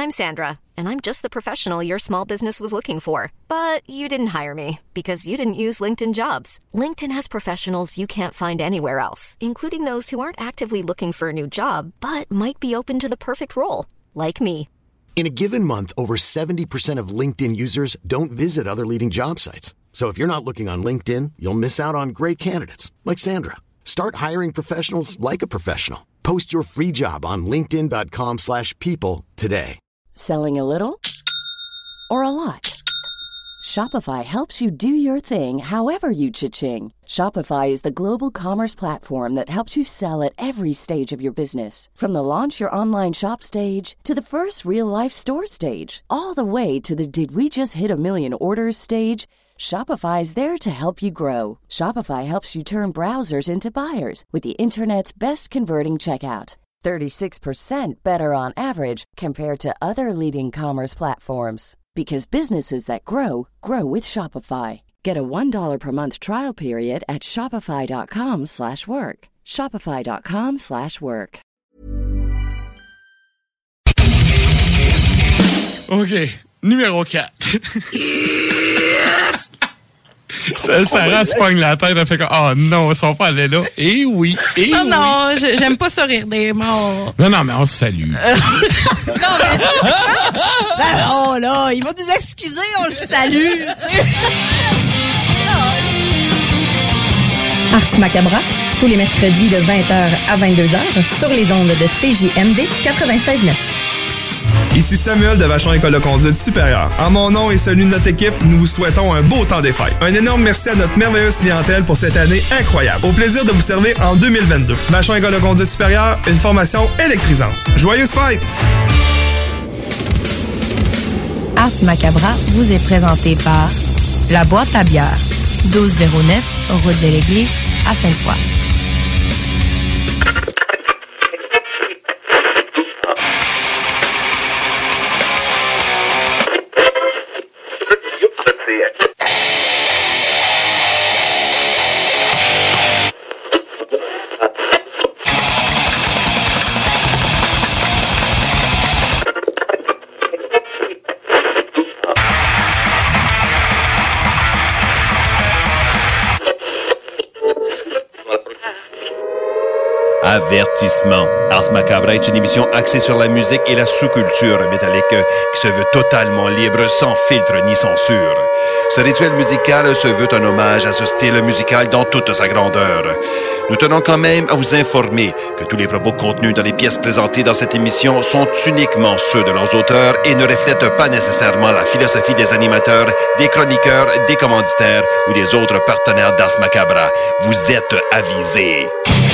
I'm Sandra, and I'm just the professional your small business was looking for. But you didn't hire me because you didn't use LinkedIn Jobs. LinkedIn has professionals you can't find anywhere else, including those who aren't actively looking for a new job, but might be open to the perfect role, like me. In a given month, over 70% of LinkedIn users don't visit other leading job sites. So if you're not looking on LinkedIn, you'll miss out on great candidates like Sandra. Start hiring professionals like a professional. Post your free job on linkedin.com/people today. Selling a little or a lot? Shopify helps you do your thing however you cha-ching. Shopify is the global commerce platform that helps you sell at every stage of your business. From the launch your online shop stage to the first real-life store stage, all the way to the did we just hit a million orders stage. Shopify is there to help you grow. Shopify helps you turn browsers into buyers with the internet's best converting checkout. 36% better on average compared to other leading commerce platforms. Because businesses that grow, grow with Shopify. Get a $1 per month trial period at shopify.com/work. Shopify.com/work. OK. Numéro 4. Yes! Sarah se pogne la tête, elle fait comme oh non, ils sont pas allés là. Eh oui, non, oui. Non, j'aime pas ça rire des morts. Non, mais on se salue. Non, mais. Non, là, il va nous excuser, on le salue. Ars Macabra, tous les mercredis de 20h à 22h sur les ondes de CJMD 96.9. Ici Samuel de Vachon École de conduite supérieure. En mon nom et celui de notre équipe, nous vous souhaitons un beau temps des fêtes. Un énorme merci à notre merveilleuse clientèle pour cette année incroyable. Au plaisir de vous servir en 2022. Vachon École de conduite supérieure, une formation électrisante. Joyeuses fêtes! Ars Macabra vous est présenté par La Boîte à bière, 1209, route de l'Église, à Sainte-Foy. Avertissement. Ars Macabra est une émission axée sur la musique et la sous-culture métallique qui se veut totalement libre, sans filtre ni censure. Ce rituel musical se veut un hommage à ce style musical dans toute sa grandeur. Nous tenons quand même à vous informer que tous les propos contenus dans les pièces présentées dans cette émission sont uniquement ceux de leurs auteurs et ne reflètent pas nécessairement la philosophie des animateurs, des chroniqueurs, des commanditaires ou des autres partenaires d'Ars Macabra. Vous êtes avisés.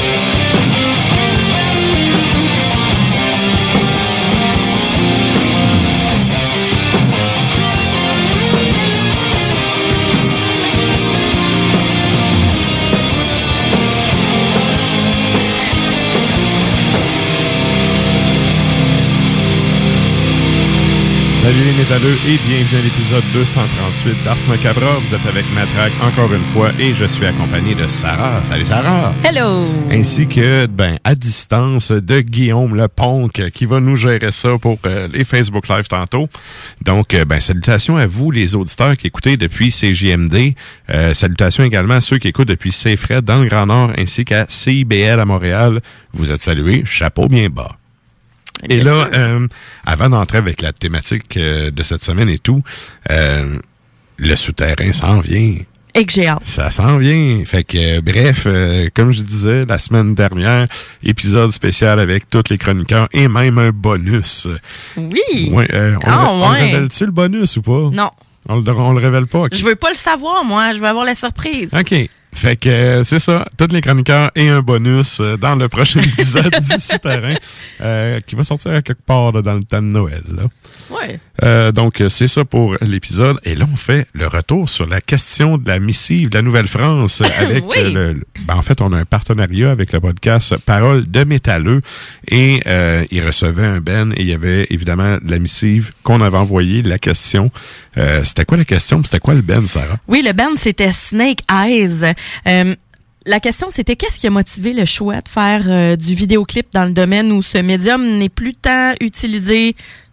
Salut les métalleux et bienvenue à l'épisode 238 d'Ars Macabra. Vous êtes avec Matraque encore une fois et je suis accompagné de Sarah. Salut Sarah! Hello! Ainsi que, à distance, de Guillaume le Ponk qui va nous gérer ça pour les Facebook Live tantôt. Donc, salutations à vous les auditeurs qui écoutez depuis CJMD. Salutations également à ceux qui écoutent depuis Saint-Fred dans le Grand Nord ainsi qu'à CIBL à Montréal. Vous êtes salués. Chapeau bien bas. Et là, avant d'entrer avec la thématique de cette semaine et tout, le souterrain s'en vient. Et que j'ai hâte. Ça s'en vient. Fait que, bref, comme je disais la semaine dernière, épisode spécial avec tous les chroniqueurs et même un bonus. Oui. Ouais, on révèle-tu le bonus ou pas? Non. On le révèle pas? Okay. Je veux pas le savoir, moi. Je veux avoir la surprise. OK. Fait que c'est ça, tous les chroniqueurs et un bonus dans le prochain épisode du Souterrain qui va sortir à quelque part là, dans le temps de Noël. Là. Ouais. Donc c'est ça pour l'épisode. Et là, on fait le retour sur la question de la missive de la Nouvelle-France avec oui. en fait, on a un partenariat avec le podcast Paroles de métalleux et ils recevaient un Ben et il y avait évidemment la missive qu'on avait envoyée, la question. C'était quoi la question? C'était quoi le Ben, Sarah? Oui, le Ben, c'était Snake Eyes. la question, c'était qu'est-ce qui a motivé le choix de faire du vidéoclip dans le domaine où ce médium n'est plus tant utilisé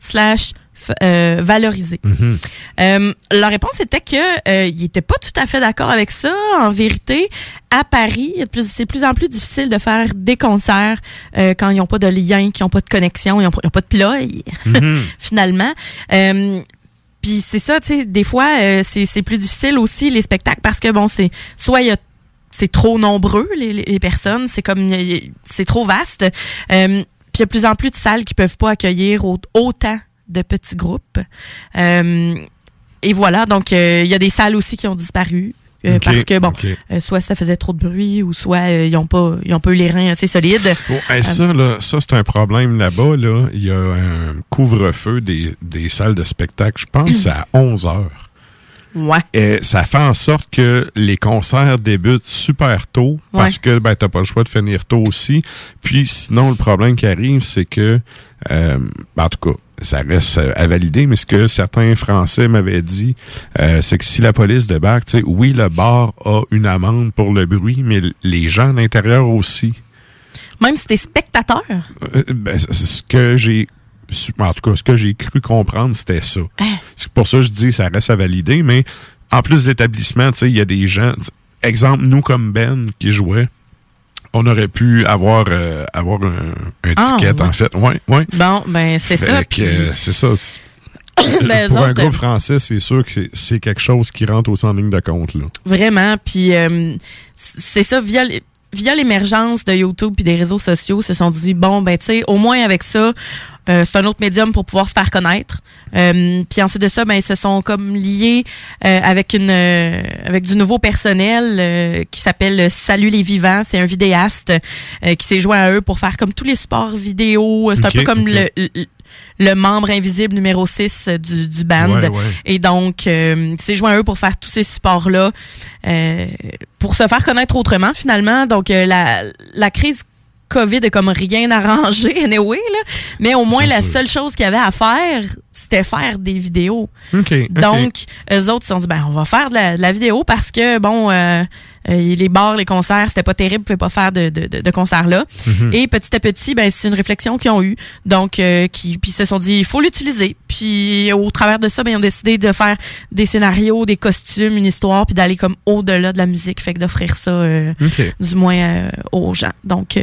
/ valorisé. La réponse était que il était pas tout à fait d'accord avec ça. En vérité, à Paris, c'est de plus en plus difficile de faire des concerts quand ils n'ont pas de lien, qu'ils n'ont pas de connexion, ils n'ont pas de plat, finalement. Puis c'est ça, tu sais, des fois, c'est plus difficile aussi les spectacles parce que bon, c'est trop nombreux les personnes, c'est trop vaste. Puis il y a de plus en plus de salles qui peuvent pas accueillir autant de petits groupes. Et voilà, donc il y a des salles aussi qui ont disparu. Parce que soit ça faisait trop de bruit ou soit ils n'ont pas eu les reins assez solides. Ça c'est un problème là-bas. Là. Il y a un couvre-feu des salles de spectacle, je pense, à 11 heures. Ouais. Et ça fait en sorte que les concerts débutent super tôt parce que t'as pas le choix de finir tôt aussi. Puis sinon, le problème qui arrive, c'est que en tout cas, ça reste à valider, mais ce que certains Français m'avaient dit, c'est que si la police débarque, tu sais, oui, le bar a une amende pour le bruit, mais les gens à l'intérieur aussi. Même si t'es spectateur? C'est ce que j'ai... En tout cas, ce que j'ai cru comprendre, c'était ça. C'est pour ça que je dis ça reste à valider, mais en plus d'établissements, tu sais, il y a des gens... Exemple, nous, comme Ben, qui jouait, on aurait pu avoir un ticket, en fait. Ouais. Bon, ben, c'est ça. C'est ça. Pour un groupe français, c'est sûr que c'est quelque chose qui rentre aussi en ligne de compte, là. Vraiment. Puis, c'est ça, via l'émergence de YouTube puis des réseaux sociaux, se sont dit, bon, ben, tu sais, au moins avec ça, c'est un autre médium pour pouvoir se faire connaître. Puis ensuite de ça, ben ils se sont comme liés avec du nouveau personnel qui s'appelle Salut les Vivants. C'est un vidéaste qui s'est joint à eux pour faire comme tous les supports vidéo. C'est un peu comme le membre invisible numéro 6 du band. Ouais. Et donc, il s'est joint à eux pour faire tous ces supports-là pour se faire connaître autrement, finalement. Donc, la crise COVID a comme rien arrangé, anyway, là. Mais au moins, seule chose qu'il y avait à faire, c'était faire des vidéos. Donc, eux autres se sont dit, ben, on va faire de la vidéo parce que, bon, les bars, les concerts, c'était pas terrible, on pouvait pas faire de concerts là. Et petit à petit, ben, c'est une réflexion qu'ils ont eue. Donc, puis se sont dit, il faut l'utiliser. Puis, au travers de ça, ben, ils ont décidé de faire des scénarios, des costumes, une histoire, puis d'aller comme au-delà de la musique, fait que d'offrir ça, du moins, aux gens. Donc,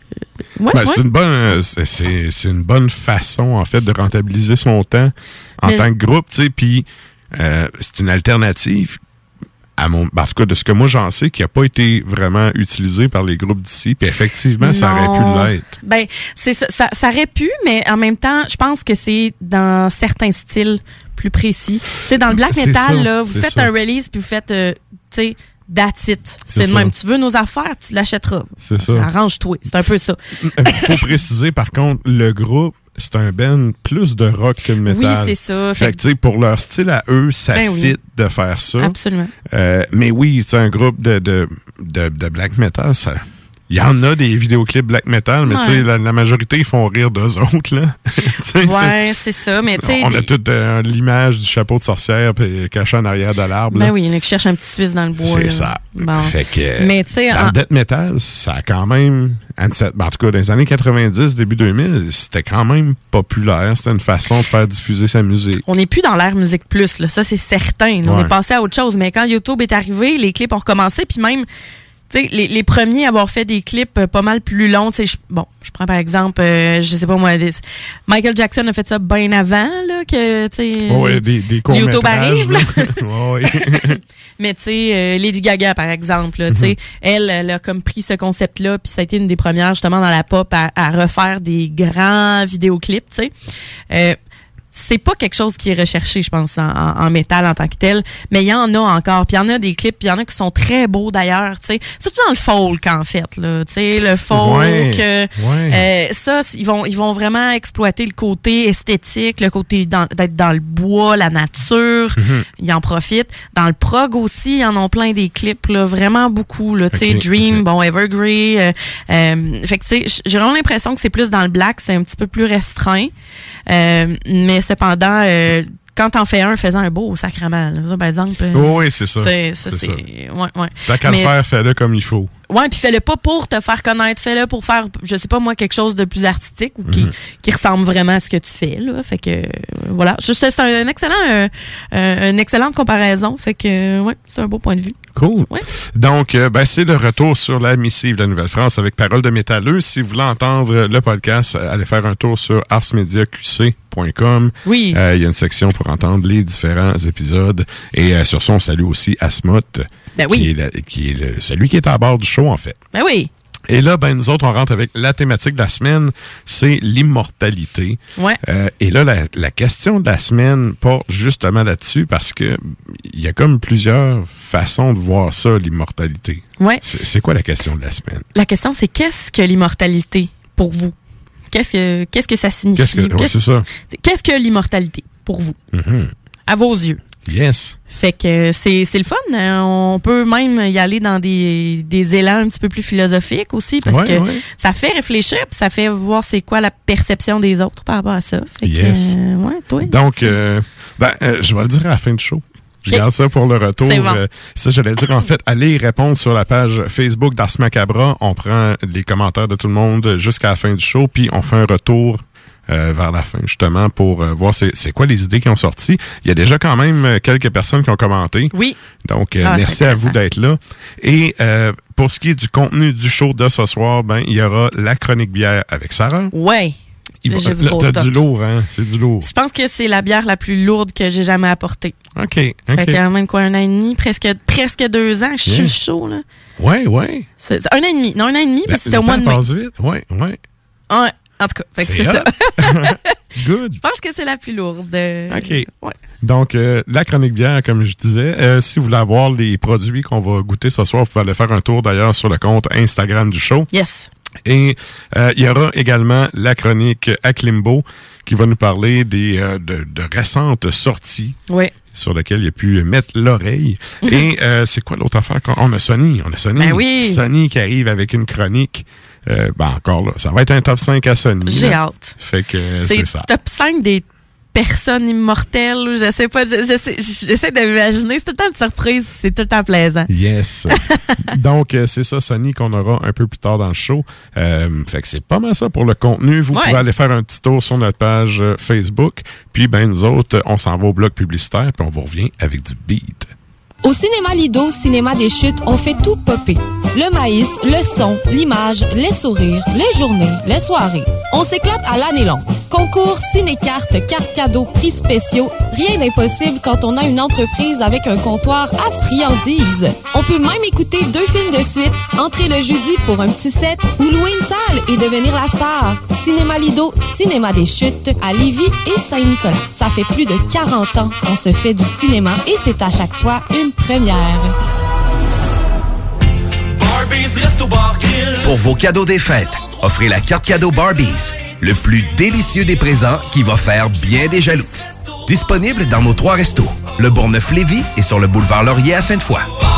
c'est une bonne façon, en fait, de rentabiliser son temps en tant que groupe, tu sais, puis c'est une alternative en tout cas, de ce que moi j'en sais, qui n'a pas été vraiment utilisé par les groupes d'ici, puis effectivement, ça aurait pu l'être. Ben, c'est ça aurait pu, mais en même temps, je pense que c'est dans certains styles plus précis. Tu sais, dans le black metal, là, vous faites un release, puis vous faites, tu sais, that's it. C'est le même. Tu veux nos affaires, tu l'achèteras. C'est ça. Arrange-toi. C'est un peu ça. Il faut préciser, par contre, le groupe, c'est un band plus de rock que de métal. Oui, c'est ça. Fait que, tu sais, pour leur style à eux, ça fit de faire ça. Absolument. Mais oui, c'est un groupe de black metal, ça... Il y en a des vidéoclips black metal, mais tu sais, la majorité, ils font rire d'eux autres, là. C'est ça, mais tu sais... On a toute l'image du chapeau de sorcière caché en arrière de l'arbre. Ben oui, il y en a qui cherchent un petit Suisse dans le bois. C'est ça. Bon. Fait que... Mais tu sais... Dans le death metal, ça a quand même... En tout cas, dans les années 90, début 2000, c'était quand même populaire. C'était une façon de faire diffuser sa musique. On n'est plus dans l'ère musique plus, là. Ça, c'est certain. On est passé à autre chose. Mais quand YouTube est arrivé, les clips ont recommencé, puis même... T'sais, les premiers à avoir fait des clips pas mal plus longs, je prends par exemple, je sais pas moi, Michael Jackson a fait ça bien avant là que des courts-métrages, YouTube arrive. Là. Mais tu sais, Lady Gaga par exemple, là, elle a comme pris ce concept-là, puis ça a été une des premières justement dans la pop à refaire des grands vidéoclips, tu sais. C'est pas quelque chose qui est recherché, je pense, en métal en tant que tel, mais il y en a encore. Puis il y en a des clips, puis il y en a qui sont très beaux d'ailleurs, tu sais. Surtout dans le folk, en fait, là. Tu sais, le folk, ça, ils vont vraiment exploiter le côté esthétique, le côté d'être dans le bois, la nature. Ils en profitent. Dans le prog aussi, ils en ont plein des clips, là, vraiment beaucoup, là. Tu sais, Dream, Evergrey. Fait que, tu sais, j'ai vraiment l'impression que c'est plus dans le black, c'est un petit peu plus restreint. Mais cependant, quand t'en fais un, faisant un beau sacrement, là, par exemple. Oui, c'est ça. Ça, c'est... Ouais. T'as qu'à le faire, fais-le comme il faut. Ouais, puis fais-le pas pour te faire connaître, fais-le pour faire, je sais pas moi, quelque chose de plus artistique ou qui ressemble vraiment à ce que tu fais, là. Fait que, voilà. Juste, c'est une excellente comparaison. Fait que, ouais, c'est un beau point de vue. Cool. Ouais. Donc, c'est le retour sur la missive de la Nouvelle-France avec Paroles de métalleux. Si vous voulez entendre le podcast, allez faire un tour sur arsmediaqc.com. Oui. Il y a une section pour entendre les différents épisodes. Et sur ça, on salue aussi Asmoth, ben oui. qui est celui qui est à bord du show, en fait. Ben oui. Et là, nous autres, on rentre avec la thématique de la semaine, c'est l'immortalité. Ouais. Et là, la question de la semaine porte justement là-dessus parce que il y a comme plusieurs façons de voir ça, l'immortalité. Ouais. C'est quoi la question de la semaine? La question, c'est qu'est-ce que l'immortalité pour vous? Qu'est-ce que ça signifie? C'est ça. Qu'est-ce que l'immortalité pour vous? Mm-hmm. À vos yeux. Yes. Fait que c'est le fun. On peut même y aller dans des élans un petit peu plus philosophiques aussi parce que ça fait réfléchir puis ça fait voir c'est quoi la perception des autres par rapport à ça. Fait yes. Toi. Donc, je vais le dire à la fin du show. Je garde ça pour le retour. C'est bon. Ça, j'allais dire, en fait, allez répondre sur la page Facebook d'Ars Macabra. On prend les commentaires de tout le monde jusqu'à la fin du show puis on fait un retour vers la fin, justement, pour voir c'est quoi les idées qui ont sorti. Il y a déjà quand même quelques personnes qui ont commenté. Oui. Donc, merci à vous d'être là. Et pour ce qui est du contenu du show de ce soir, il y aura la chronique bière avec Sarah. Ouais. T'as du lourd, hein? C'est du lourd. Je pense que c'est la bière la plus lourde que j'ai jamais apportée. OK. Fait quand même, 1 an et demi, presque 2 ans, je suis chaud, là. Ouais. C'est 1 an et demi. Non, 1 an et demi, puis c'était au mois de mai. Passe vite. Ouais. En tout cas, fait que c'est ça. Good. Je pense que c'est la plus lourde. OK. Ouais. Donc, la chronique bière, comme je disais, si vous voulez avoir les produits qu'on va goûter ce soir, vous pouvez aller faire un tour d'ailleurs sur le compte Instagram du show. Yes. Et il y aura également la chronique Aklimbo qui va nous parler de récentes sorties. Oui. Sur lesquelles il a pu mettre l'oreille. Et c'est quoi l'autre affaire? On a Sony. Ben oui. Sony qui arrive avec une chronique. Encore là, ça va être un top 5 à Sony. J'ai hâte. Fait que c'est ça. Top 5 des personnes immortelles. Je sais pas, j'essaie d'imaginer. C'est tout le temps une surprise, c'est tout le temps plaisant. Yes. Donc, c'est ça, Sony, qu'on aura un peu plus tard dans le show. Fait que c'est pas mal ça pour le contenu. Vous pouvez aller faire un petit tour sur notre page Facebook. Puis, nous autres, on s'en va au bloc publicitaire, puis on vous revient avec du beat. Au Cinéma Lido, Cinéma des Chutes, on fait tout popper. Le maïs, le son, l'image, les sourires, les journées, les soirées. On s'éclate à l'année longue. Concours, ciné-cartes, cartes cadeaux, prix spéciaux. Rien d'impossible quand on a une entreprise avec un comptoir à friandises. On peut même écouter 2 films de suite, entrer le jeudi pour un petit set ou louer une salle et devenir la star. Cinéma Lido, Cinéma des Chutes, à Lévis et Saint-Nicolas. Ça fait plus de 40 ans qu'on se fait du cinéma et c'est à chaque fois une première. Pour vos cadeaux des fêtes, offrez la carte cadeau Barbies, le plus délicieux des présents qui va faire bien des jaloux. Disponible dans nos 3 restos, le Bourgneuf-Lévis et sur le boulevard Laurier à Sainte-Foy.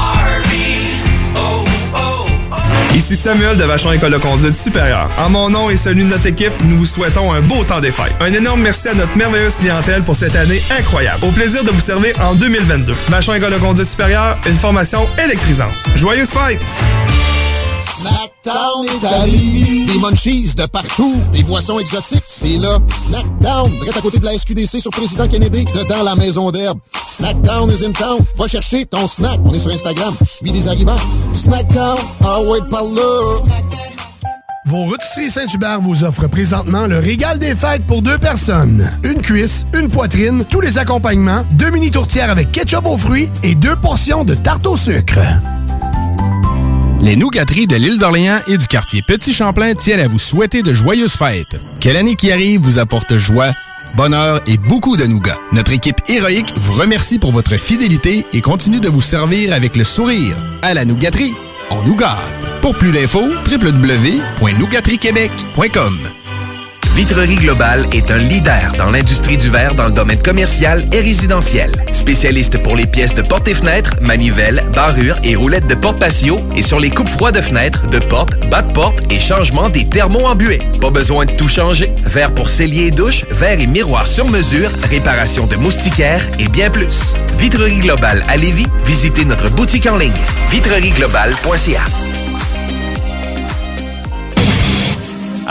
Ici Samuel de Vachon École de conduite supérieure. En mon nom et celui de notre équipe, nous vous souhaitons un beau temps des fêtes. Un énorme merci à notre merveilleuse clientèle pour cette année incroyable. Au plaisir de vous servir en 2022. Vachon École de conduite supérieure, une formation électrisante. Joyeuses fêtes! Snackdown est à Lévis. Des munchies de partout. Des boissons exotiques. C'est là. Snackdown. Direct à côté de la SQDC sur Président Kennedy. Dedans la maison d'herbe. Snackdown is in town. Va chercher ton snack. On est sur Instagram. Suis des arrivants. Snackdown. Ah ouais, par là. Vos rôtisseries Saint-Hubert vous offrent présentement le régal des fêtes pour 2 personnes. Une cuisse, une poitrine, tous les accompagnements, 2 mini tourtières avec ketchup aux fruits et 2 portions de tarte au sucre. Les nougateries de l'île d'Orléans et du quartier Petit-Champlain tiennent à vous souhaiter de joyeuses fêtes. Que l'année qui arrive vous apporte joie, bonheur et beaucoup de nougats. Notre équipe héroïque vous remercie pour votre fidélité et continue de vous servir avec le sourire. À la nougaterie, on nous gâte. Pour plus d'infos, www.nougateriequebec.com. Vitrerie Globale est un leader dans l'industrie du verre dans le domaine commercial et résidentiel. Spécialiste pour les pièces de portes et fenêtres, manivelles, barrures et roulettes de porte patio et sur les coupes froides de fenêtres, de portes, bas de porte et changement des thermos en buée. Pas besoin de tout changer. Verre pour cellier et douche, verre et miroirs sur mesure, réparation de moustiquaires et bien plus. Vitrerie Globale à Lévis, visitez notre boutique en ligne vitrerieglobale.ca.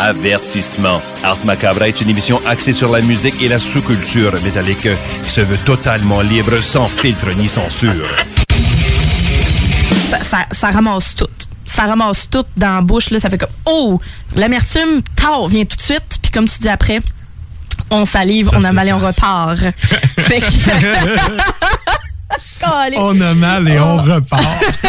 Avertissement. Ars Macabra est une émission axée sur la musique et la sous-culture métallique qui se veut totalement libre, sans filtre ni censure. Ça ramasse tout. Ça ramasse tout dans la bouche, là. Ça fait comme, oh, l'amertume, vient tout de suite. Puis comme tu dis après, on salive, on a mal et on repart. Fait que... on a mal et on repart.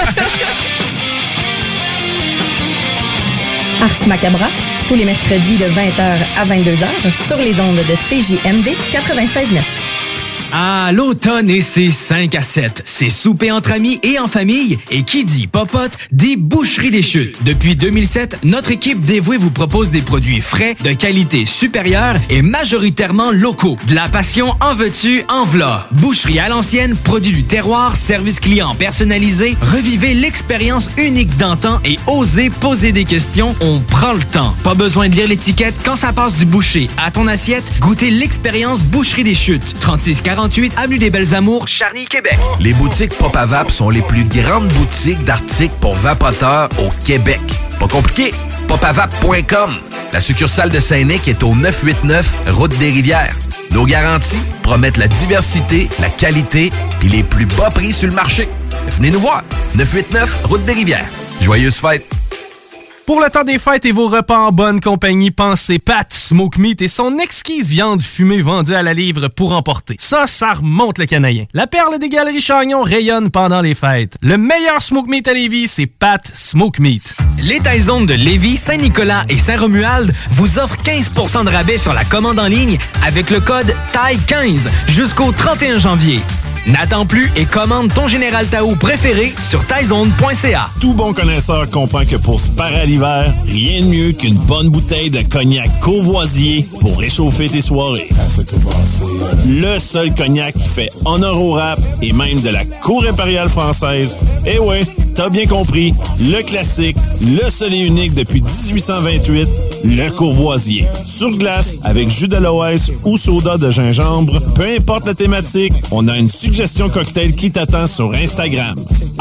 Ars Macabra, tous les mercredis de 20h à 22h sur les ondes de CJMD 96.9. Ah, l'automne et ses 5 à 7. C'est souper entre amis et en famille. Et qui dit popote, dit Boucherie des Chutes. Depuis 2007, notre équipe dévouée vous propose des produits frais, de qualité supérieure et majoritairement locaux. De la passion en veux-tu, en v'là. Boucherie à l'ancienne, produits du terroir, service client personnalisé. Revivez l'expérience unique d'antan et osez poser des questions. On prend le temps. Pas besoin de lire l'étiquette quand ça passe du boucher à ton assiette. Goûtez l'expérience Boucherie des Chutes. 3648 Avenue des Belles Amours, Charny, Québec. Les boutiques Pop à Vape sont les plus grandes boutiques d'articles pour vapoteurs au Québec. Pas compliqué, popavape.com. La succursale de Saint-Nic est au 989 Route des Rivières. Nos garanties promettent la diversité, la qualité et les plus bas prix sur le marché. Venez nous voir, 989 Route des Rivières. Joyeuses fêtes! Pour le temps des fêtes et vos repas en bonne compagnie, pensez Pat Smoke Meat et son exquise viande fumée vendue à la livre pour emporter. Ça remonte le canadien. La perle des Galeries Chagnon rayonne pendant les fêtes. Le meilleur Smoke Meat à Lévis, c'est Pat Smoke Meat. Les Taizones de Lévis, Saint-Nicolas et Saint-Romuald vous offrent 15% de rabais sur la commande en ligne avec le code TAI15 jusqu'au 31 janvier. N'attends plus et commande ton Général Tao préféré sur taizone.ca. Tout bon connaisseur comprend que pour se parer à l'hiver, rien de mieux qu'une bonne bouteille de cognac Courvoisier pour réchauffer tes soirées. Le seul cognac qui fait honneur au rap et même de la cour impériale française. Eh ouais, t'as bien compris, le classique, le seul et unique depuis 1828, le Courvoisier. Sur glace, avec jus d'aloès ou soda de gingembre, peu importe la thématique, on a une suggestion cocktail qui t'attend sur Instagram.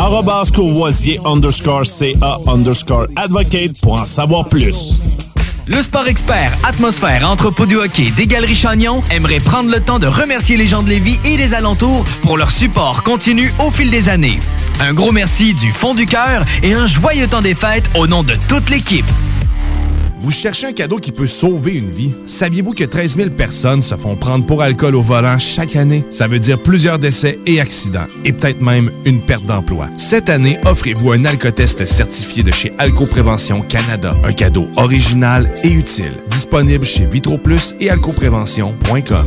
@Courvoisier_CA_advocate pour en savoir plus. Le sport expert Atmosphère Entrepôt du hockey des Galeries Chagnon aimerait prendre le temps de remercier les gens de Lévis et des alentours pour leur support continu au fil des années. Un gros merci du fond du cœur et un joyeux temps des fêtes au nom de toute l'équipe. Vous cherchez un cadeau qui peut sauver une vie? Saviez-vous que 13 000 personnes se font prendre pour alcool au volant chaque année? Ça veut dire plusieurs décès et accidents, et peut-être même une perte d'emploi. Cette année, offrez-vous un alcotest certifié de chez Alcoprévention Canada. Un cadeau original et utile. Disponible chez VitroPlus et alcoprévention.com.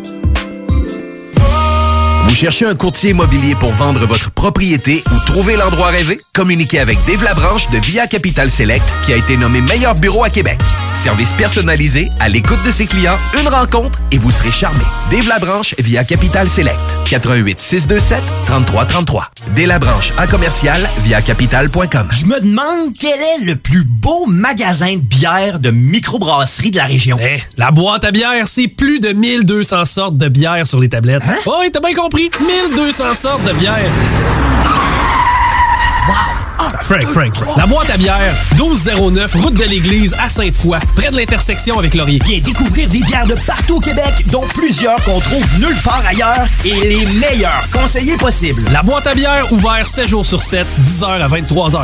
Vous cherchez un courtier immobilier pour vendre votre propriété ou trouver l'endroit rêvé? Communiquez avec Dave Labranche de Via Capital Select qui a été nommé meilleur bureau à Québec. Service personnalisé, à l'écoute de ses clients, une rencontre et vous serez charmé. Dave Labranche via Capital Select. 88 627 3333. Dave Labranche en commercial via capital.com. Je me demande quel est le plus beau magasin de bière de microbrasserie de la région. La boîte à bière, c'est plus de 1200 sortes de bière sur les tablettes. Hein? Oh, t'as bien compris. 1200 sortes de bière. Wow! Frank. La boîte à bière, 1209, route de l'église à Sainte-Foy, près de l'intersection avec Laurier. Viens découvrir des bières de partout au Québec, dont plusieurs qu'on trouve nulle part ailleurs, et les meilleurs conseillers possibles. La boîte à bière, ouvert 7 jours sur 7, 10h à 23h.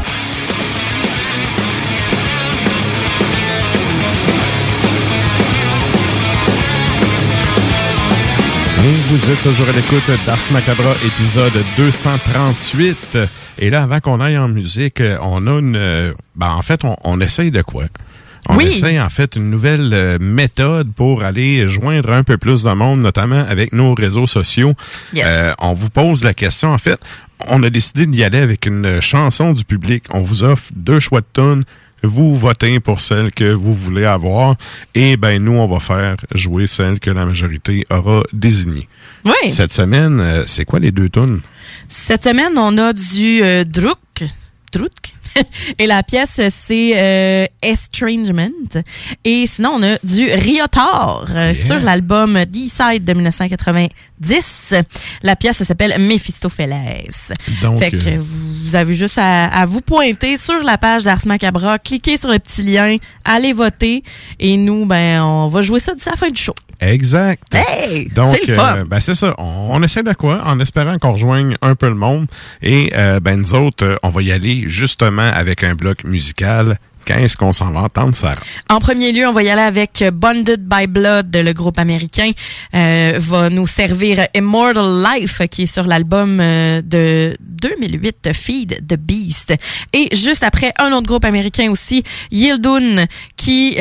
Et vous êtes toujours à l'écoute d'Ars Macabra, épisode 238. Et là, avant qu'on aille en musique, on a une... en fait, on essaye de quoi? On essaye, en fait, une nouvelle méthode pour aller joindre un peu plus de monde, notamment avec nos réseaux sociaux. Yes. On vous pose la question, en fait, on a décidé d'y aller avec une chanson du public. On vous offre 2 choix de tunes. Vous votez pour celle que vous voulez avoir et nous, on va faire jouer celle que la majorité aura désignée. Oui. Cette semaine, c'est quoi les 2 tunes? Cette semaine, on a du Druk. Et la pièce, c'est Estrangement. Et sinon, on a du Riotor sur l'album D-Side de 1990. La pièce, ça s'appelle Mephistopheles. Donc, fait que vous avez juste à vous pointer sur la page d'Ars Macabra, cliquez sur le petit lien, allez voter. Et nous, on va jouer ça d'ici la fin du show. Exact. Hey, donc, c'est le fun. C'est ça. On essaie de quoi? En espérant qu'on rejoigne un peu le monde. Et nous autres, on va y aller justement avec un bloc musical. Qu'est-ce qu'on s'en va entendre, Sarah? En premier lieu, on va y aller avec Bonded by Blood, le groupe américain. Va nous servir Immortal Life, qui est sur l'album de 2008, Feed the Beast. Et juste après, un autre groupe américain aussi, Yildun, qui...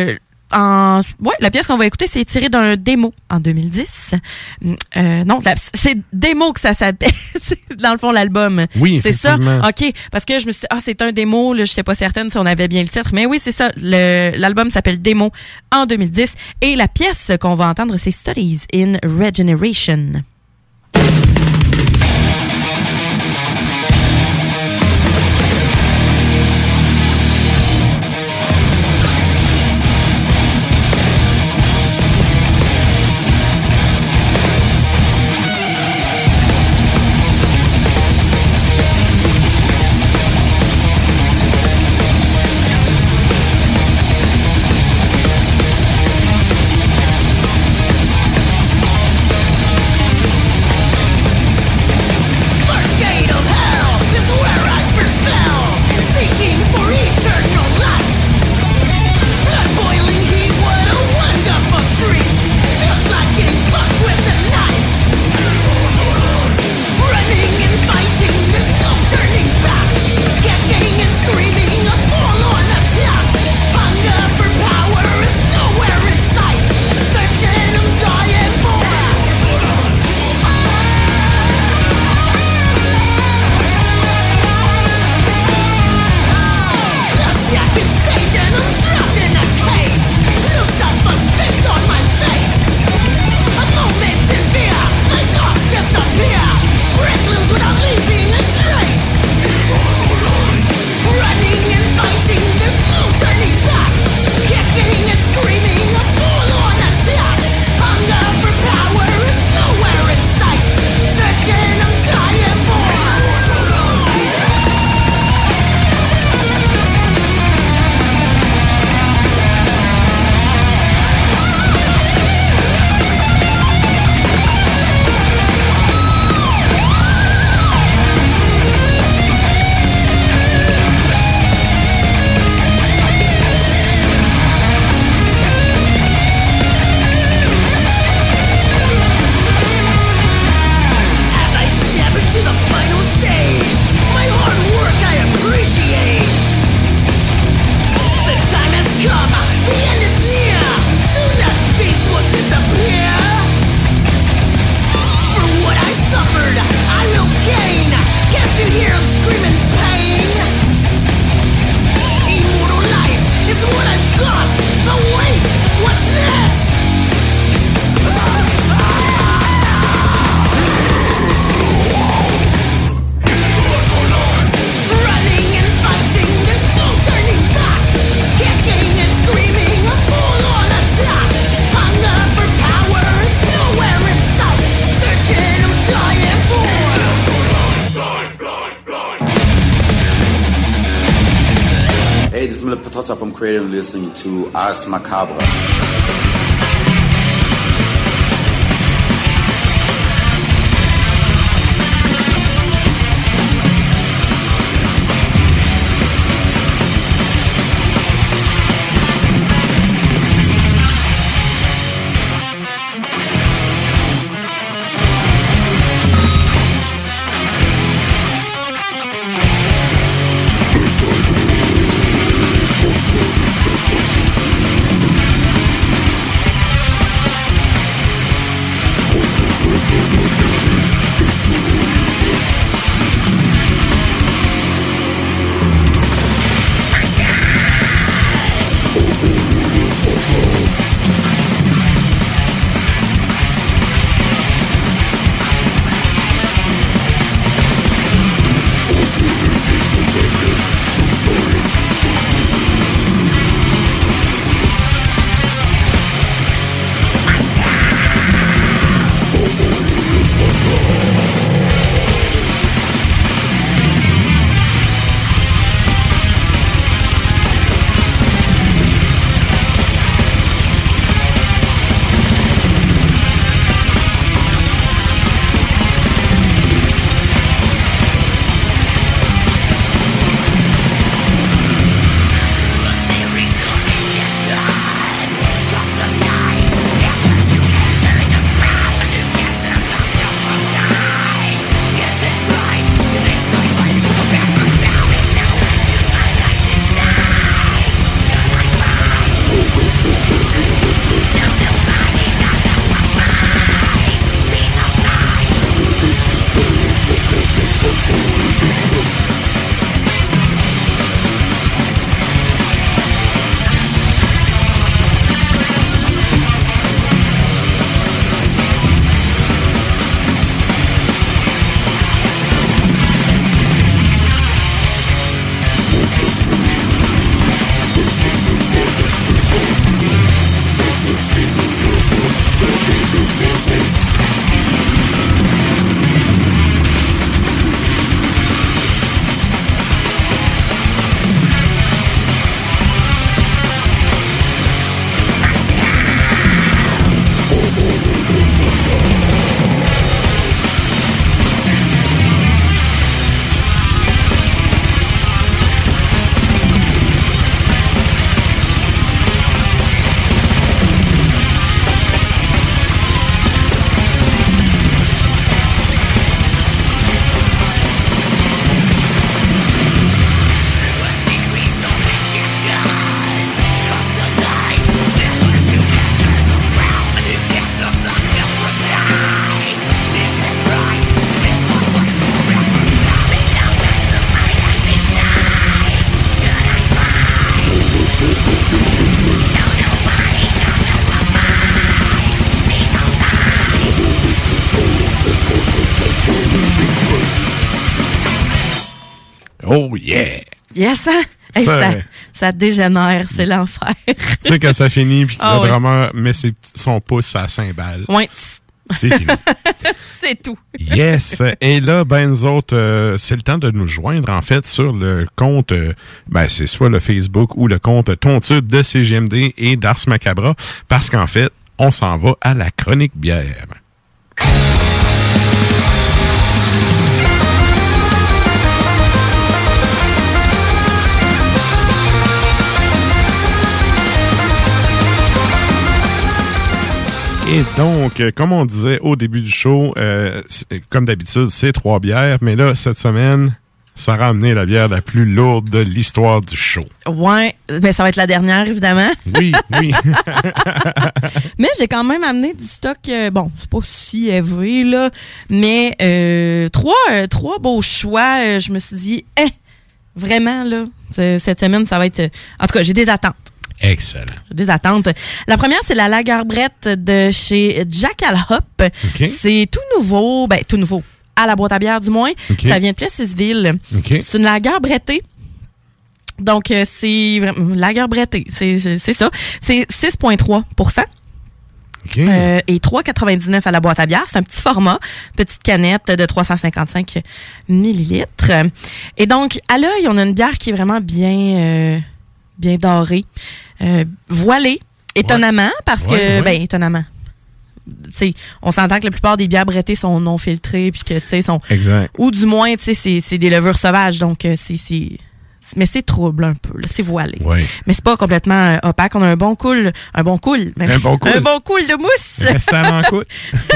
la pièce qu'on va écouter, c'est tiré d'un démo en 2010. C'est démo que ça s'appelle. C'est dans le fond l'album. Oui, c'est ça. effectivement. OK, parce que je me suis dit c'est un démo, là, je sais pas certaine si on avait bien le titre, mais oui, c'est ça. L'album s'appelle Démo en 2010 et la pièce qu'on va entendre, c'est Studies in Regeneration. From creating and listening to Ars Macabra. Oh yeah! Yes, hein? Hey, ça dégénère, c'est l'enfer. Tu sais, quand ça finit, puis que Ah, le drummer met son pouce à la cymbale. Oui. C'est fini. C'est tout. Yes. Et là, ben, nous autres, c'est le temps de nous joindre, en fait, sur le compte, c'est soit le Facebook ou le compte Tontube de CJMD et d'Ars Macabra, parce qu'en fait, on s'en va à la chronique bière. Et donc, comme on disait au début du show, comme d'habitude, c'est 3 bières, mais là, cette semaine, ça a amené la bière la plus lourde de l'histoire du show. Ouais, ben ça va être la dernière, évidemment. Oui. Mais j'ai quand même amené du stock, bon, c'est pas si élevé, là, mais trois beaux choix. Je me suis dit, vraiment, là, cette semaine, ça va être... En tout cas, j'ai des attentes. Excellent. Des attentes. La première, c'est la Lagerbrette de chez Jackal Hop. Okay. C'est tout nouveau, à la boîte à bière du moins. Okay. Ça vient de Plessisville. Okay. C'est une Lagerbrettée. Donc, c'est vraiment Lagerbrettée. C'est ça. C'est 6,3 Okay. et 3,99 à la boîte à bière. C'est un petit format, petite canette de 355 millilitres. Et donc, à l'œil, on a une bière qui est vraiment bien dorée. Voilée, étonnamment, parce que, étonnamment. T'sais, on s'entend que la plupart des bières brettées sont non filtrées, puis que, tu sais, sont... Exact. Ou du moins, tu sais, c'est des levures sauvages, donc mais c'est trouble un peu, là, c'est voilé. Oui. Mais c'est pas complètement opaque. On a un bon cool de mousse. Restant en coûte.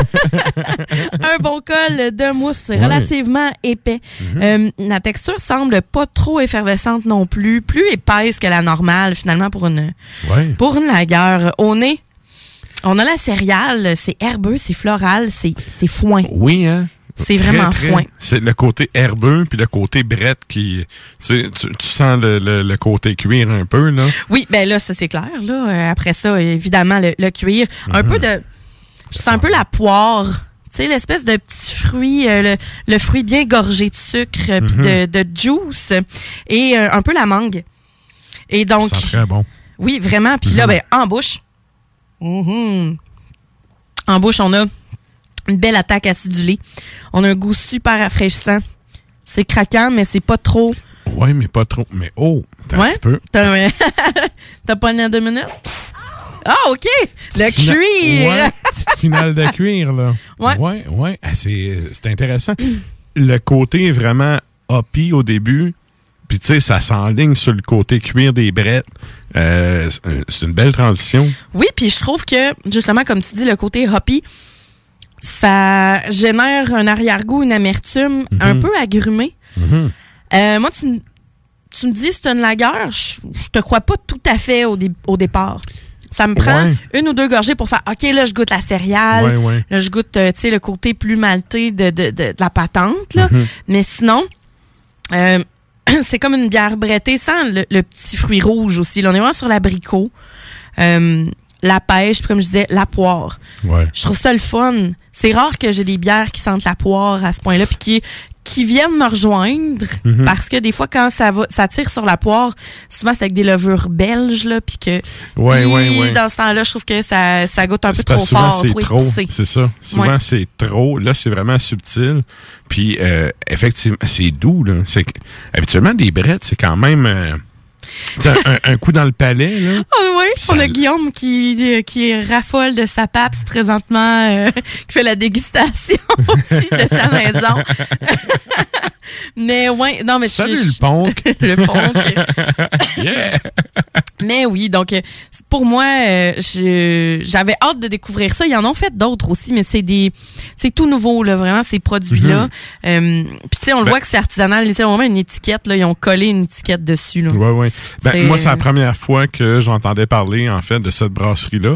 Un bon col de mousse relativement épais. La texture semble pas trop effervescente non plus, plus épaisse que la normale finalement pour une lager. Au nez, on a la céréale, c'est herbeux, c'est floral, c'est foin. Oui, hein? C'est vraiment foin. C'est le côté herbeux puis le côté brette qui... Tu sens le côté cuir un peu, là. Oui, ben là, ça c'est clair. Là. Après ça, évidemment, le cuir. Un peu de... Je sens un peu la poire. Tu sais, l'espèce de petit fruit, le fruit bien gorgé de sucre puis de juice. Et un peu la mangue. Et donc... Ça sent très bon. Oui, vraiment. Puis là, ben, en bouche... En bouche, on a une belle attaque acidulée. On a un goût super rafraîchissant. C'est craquant, mais c'est pas trop. Oui, mais pas trop. Mais un petit peu. T'as pas une 2 minutes? Ah, OK! Le cuir! Ouais, petite finale de cuir, là. Ouais. Ah, c'est intéressant. Le côté vraiment hoppy au début, puis tu sais, ça s'enligne sur le côté cuir des brettes. C'est une belle transition. Oui, puis je trouve que, justement, comme tu dis, le côté hoppy, ça génère un arrière-goût, une amertume un peu agrumée. Moi, tu me dis c'est une lager, je te crois pas tout à fait au départ. Ça me prend une ou deux gorgées pour faire OK, là, je goûte la céréale. Là, je goûte, tu sais, le côté plus maltais de la patente, là. Mais sinon, c'est comme une bière brettée sans le petit fruit rouge aussi. Là, on est vraiment sur l'abricot. La pêche, puis comme je disais, la poire. Je trouve ça le fun. C'est rare que j'ai des bières qui sentent la poire à ce point-là, puis qui viennent me rejoindre, parce que des fois, quand ça tire sur la poire, souvent, c'est avec des levures belges, là, puis que... Dans ce temps-là, je trouve que ça goûte un peu trop fort, trop épicé. C'est ça. Souvent, c'est trop. Là, c'est vraiment subtil. Puis, effectivement, c'est doux, là. Habituellement, des brettes, c'est quand même... un coup dans le palais, là. Oh, oui, on a Guillaume qui raffole de sa PAPS présentement, qui fait la dégustation aussi de sa maison. Mais ouais, non, mais salut le ponk. Le ponk. Yeah. Mais oui, donc pour moi, j'avais hâte de découvrir ça. Ils en ont fait d'autres aussi, mais c'est tout nouveau là, vraiment ces produits-là. Puis tu sais, on le voit que c'est artisanal. C'est vraiment une étiquette là, ils ont collé une étiquette dessus là. Ouais. Ben moi, c'est la première fois que j'entendais parler en fait de cette brasserie-là.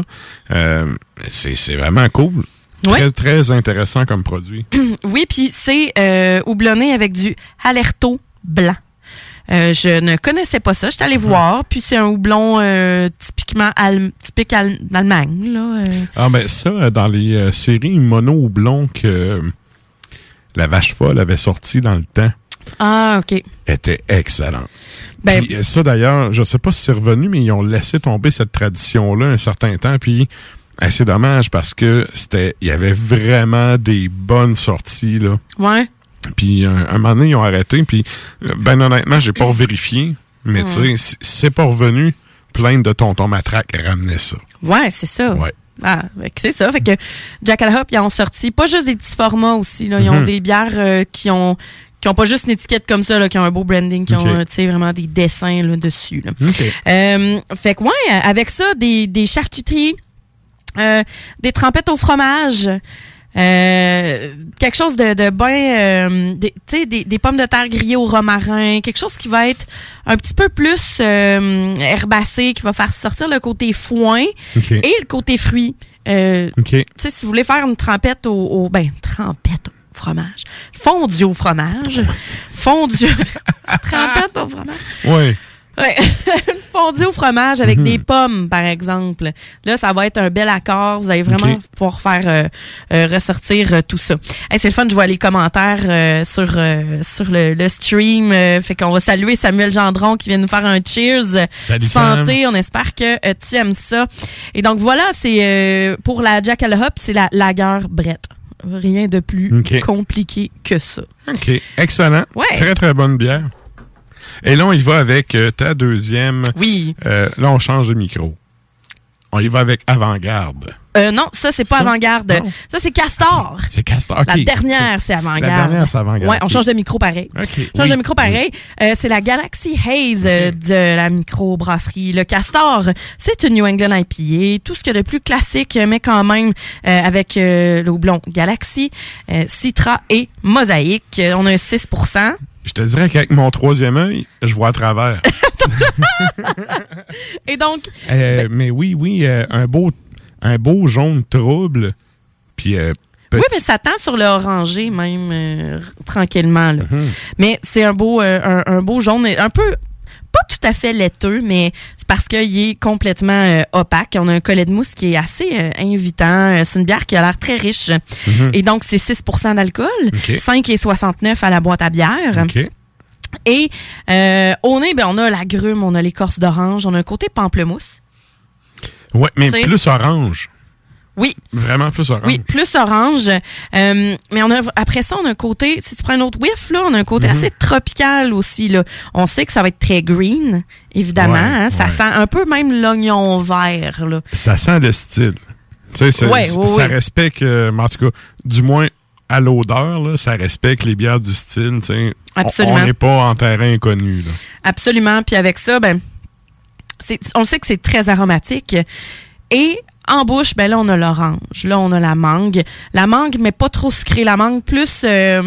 C'est vraiment cool. Très, très intéressant comme produit. Oui, puis c'est houblonné avec du Alerto blanc. Je ne connaissais pas ça. J'étais allée voir, puis c'est un houblon typique d'Allemagne. Là, Ah ben ça, dans les séries mono houblon que la Vache Folle avait sorti dans le temps. Ah, OK. Était excellente. Ben, puis ça, d'ailleurs, je sais pas si c'est revenu, mais ils ont laissé tomber cette tradition-là un certain temps. Puis c'est dommage parce que il y avait vraiment des bonnes sorties, là. Ouais. Puis un moment donné, ils ont arrêté. Puis ben honnêtement, j'ai pas vérifié. Mais tu sais, c'est pas revenu. Plein de Tonton Matraque ramenait ça. Ouais, c'est ça. Ouais. Ah, c'est ça. Fait que Jackal Hop, ils ont sorti pas juste des petits formats aussi, là. Ils ont des bières qui ont pas juste une étiquette comme ça, là, qui ont un beau branding, qui ont, tu sais, vraiment des dessins, là, dessus, là. Fait que, ouais, avec ça, des charcuteries, des trempettes au fromage, quelque chose de bien, tu sais, des pommes de terre grillées au romarin, quelque chose qui va être un petit peu plus herbacé, qui va faire sortir le côté foin et le côté fruit. Tu sais, si vous voulez faire une trempette trempette fromage. Fondue au fromage. Fondue. Trempette au fromage. Oui. Ouais. Fondue au fromage avec des pommes, par exemple. Là, ça va être un bel accord. Vous allez vraiment pouvoir faire ressortir tout ça. Hey, c'est le fun, je vois les commentaires sur le stream. Fait qu'on va saluer Samuel Gendron qui vient nous faire un cheers. Salut, santé. Sam. On espère que tu aimes ça. Et donc voilà, c'est pour la Jackal Hop, c'est la lager Brett. Rien de plus compliqué que ça. OK. Excellent. Ouais. Très, très bonne bière. Et là, on y va avec ta deuxième. Oui. Là, on change de micro. On y va avec Avant-Garde. Non, ça, c'est pas Avant-Garde. Non. Ça, c'est Castor. C'est Castor. Okay. La dernière, c'est Avant-Garde. La dernière, c'est Avant-Garde. Ouais, on change de micro pareil. Change de micro pareil. C'est la Galaxy Haze de la microbrasserie Le Castor. C'est une New England IPA. Tout ce qu'il y a de plus classique, mais quand même avec le houblon Galaxy, Citra et Mosaïque. On a un 6%. Je te dirais qu'avec mon troisième œil, je vois à travers. Et donc... mais oui, un beau jaune trouble. Puis oui, mais ça tend sur le orangé même, tranquillement. Là. Mais c'est un beau jaune, un peu... pas tout à fait laiteux, mais c'est parce qu'il est complètement opaque. On a un collet de mousse qui est assez invitant. C'est une bière qui a l'air très riche. Et donc, c'est 6% d'alcool. 5,69 à la boîte à bière. Et au nez, on a l'agrume, on a l'écorce d'orange, on a un côté pamplemousse. Oui, mais plus orange. Oui. Vraiment plus orange. Oui, plus orange. Mais après ça, on a un côté, si tu prends un autre whiff, là, on a un côté assez tropical aussi, là. On sait que ça va être très green, évidemment. Ça sent un peu même l'oignon vert, là. Ça sent le style. Tu sais, ça respecte, en tout cas, du moins à l'odeur, là, ça respecte les bières du style, tu sais. Absolument. On n'est pas en terrain inconnu, là. Absolument. Puis avec ça, on sait que c'est très aromatique. Et en bouche, là, on a l'orange. Là, on a la mangue. La mangue, mais pas trop sucrée. La mangue plus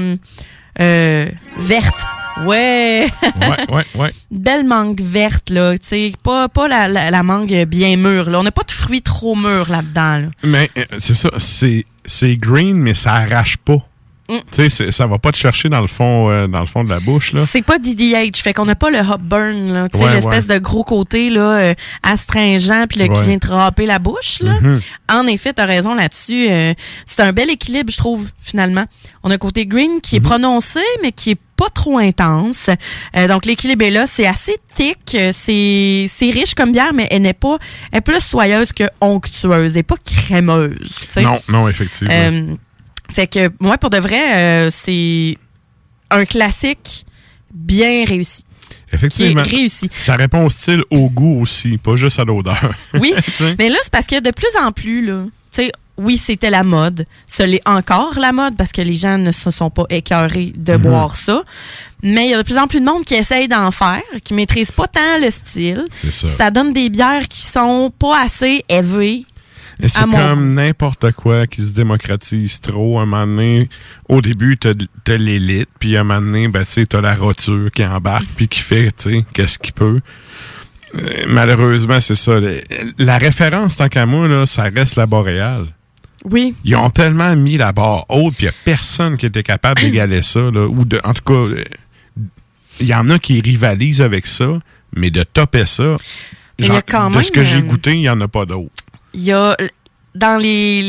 verte. Ouais. Ouais. Belle mangue verte, là. Tu sais, pas la mangue bien mûre, là. On n'a pas de fruits trop mûrs là-dedans, là. Mais c'est ça. C'est green, mais ça arrache pas. Tu sais, ça va pas te chercher dans le fond de la bouche, là. C'est pas DDH, fait qu'on n'a pas le hop burn, là. Tu sais, l'espèce de gros côté, là, astringent, puis qui vient te râper la bouche, là. En effet, t'as raison là-dessus. C'est un bel équilibre, je trouve, finalement. On a un côté green qui est prononcé, mais qui est pas trop intense. Donc, l'équilibre est là. C'est assez thick. C'est riche comme bière, mais elle est plus soyeuse que onctueuse. Elle est pas crémeuse, t'sais. Non, effectivement. Fait que, moi, pour de vrai, c'est un classique bien réussi. Effectivement. Qui est réussi. Ça répond au style, au goût aussi, pas juste à l'odeur. Oui, mais là, c'est parce que de plus en plus, là, tu sais, oui, c'était la mode. Ce l'est encore la mode parce que les gens ne se sont pas écœurés de boire ça. Mais il y a de plus en plus de monde qui essaye d'en faire, qui maîtrise pas tant le style. C'est ça. Ça donne des bières qui sont pas assez élevées. Et c'est comme n'importe quoi qui se démocratise trop. Un moment donné, au début, t'as l'élite, puis un moment donné, tu sais, t'as la roture qui embarque, puis qui fait, tu sais, qu'est-ce qu'il peut. Malheureusement, c'est ça. La référence, tant qu'à moi, là, ça reste la Boréale. Oui. Ils ont tellement mis la barre haute, puis il n'y a personne qui était capable d'égaler ça, là. En tout cas, il y en a qui rivalisent avec ça, mais de topper ça, genre, de ce que j'ai goûté, il n'y en a pas d'autres. Il y a, dans les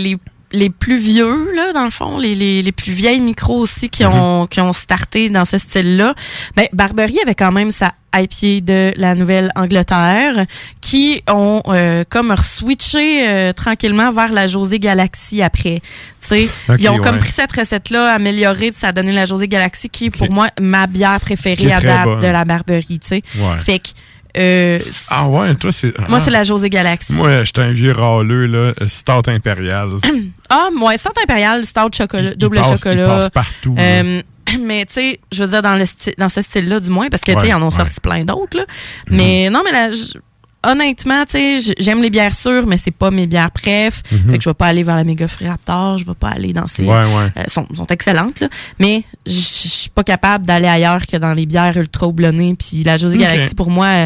les plus vieux, là, dans le fond, les plus vieilles micros aussi qui ont starté dans ce style-là, ben, Barberie avait quand même sa IPA de la Nouvelle-Angleterre qui ont comme switché tranquillement vers la José Galaxy après. Okay, ils ont comme pris cette recette-là, améliorée, ça a donné la José Galaxy qui est pour moi ma bière préférée à date de la Barberie. T'sais. Fait que ah ouais, toi c'est... Moi, c'est la José Galaxy. Moi, j'étais un vieux râleux, là, Stout Impérial. Moi, Stout Impérial, Stout chocolat, double chocolat. Il passe partout. Mais, tu sais, je veux dire, dans ce style-là, du moins, parce que, tu sais, ils en ont sorti plein d'autres, là. Mais, non, mais honnêtement, tu sais, j'aime les bières sûres, mais c'est pas mes bières préf. Fait que je vais pas aller vers la Mega Free Raptor, je vais pas aller dans ces... sont excellentes, là. Mais je suis pas capable d'aller ailleurs que dans les bières ultra houblonnées. Puis la José Galaxy, pour moi,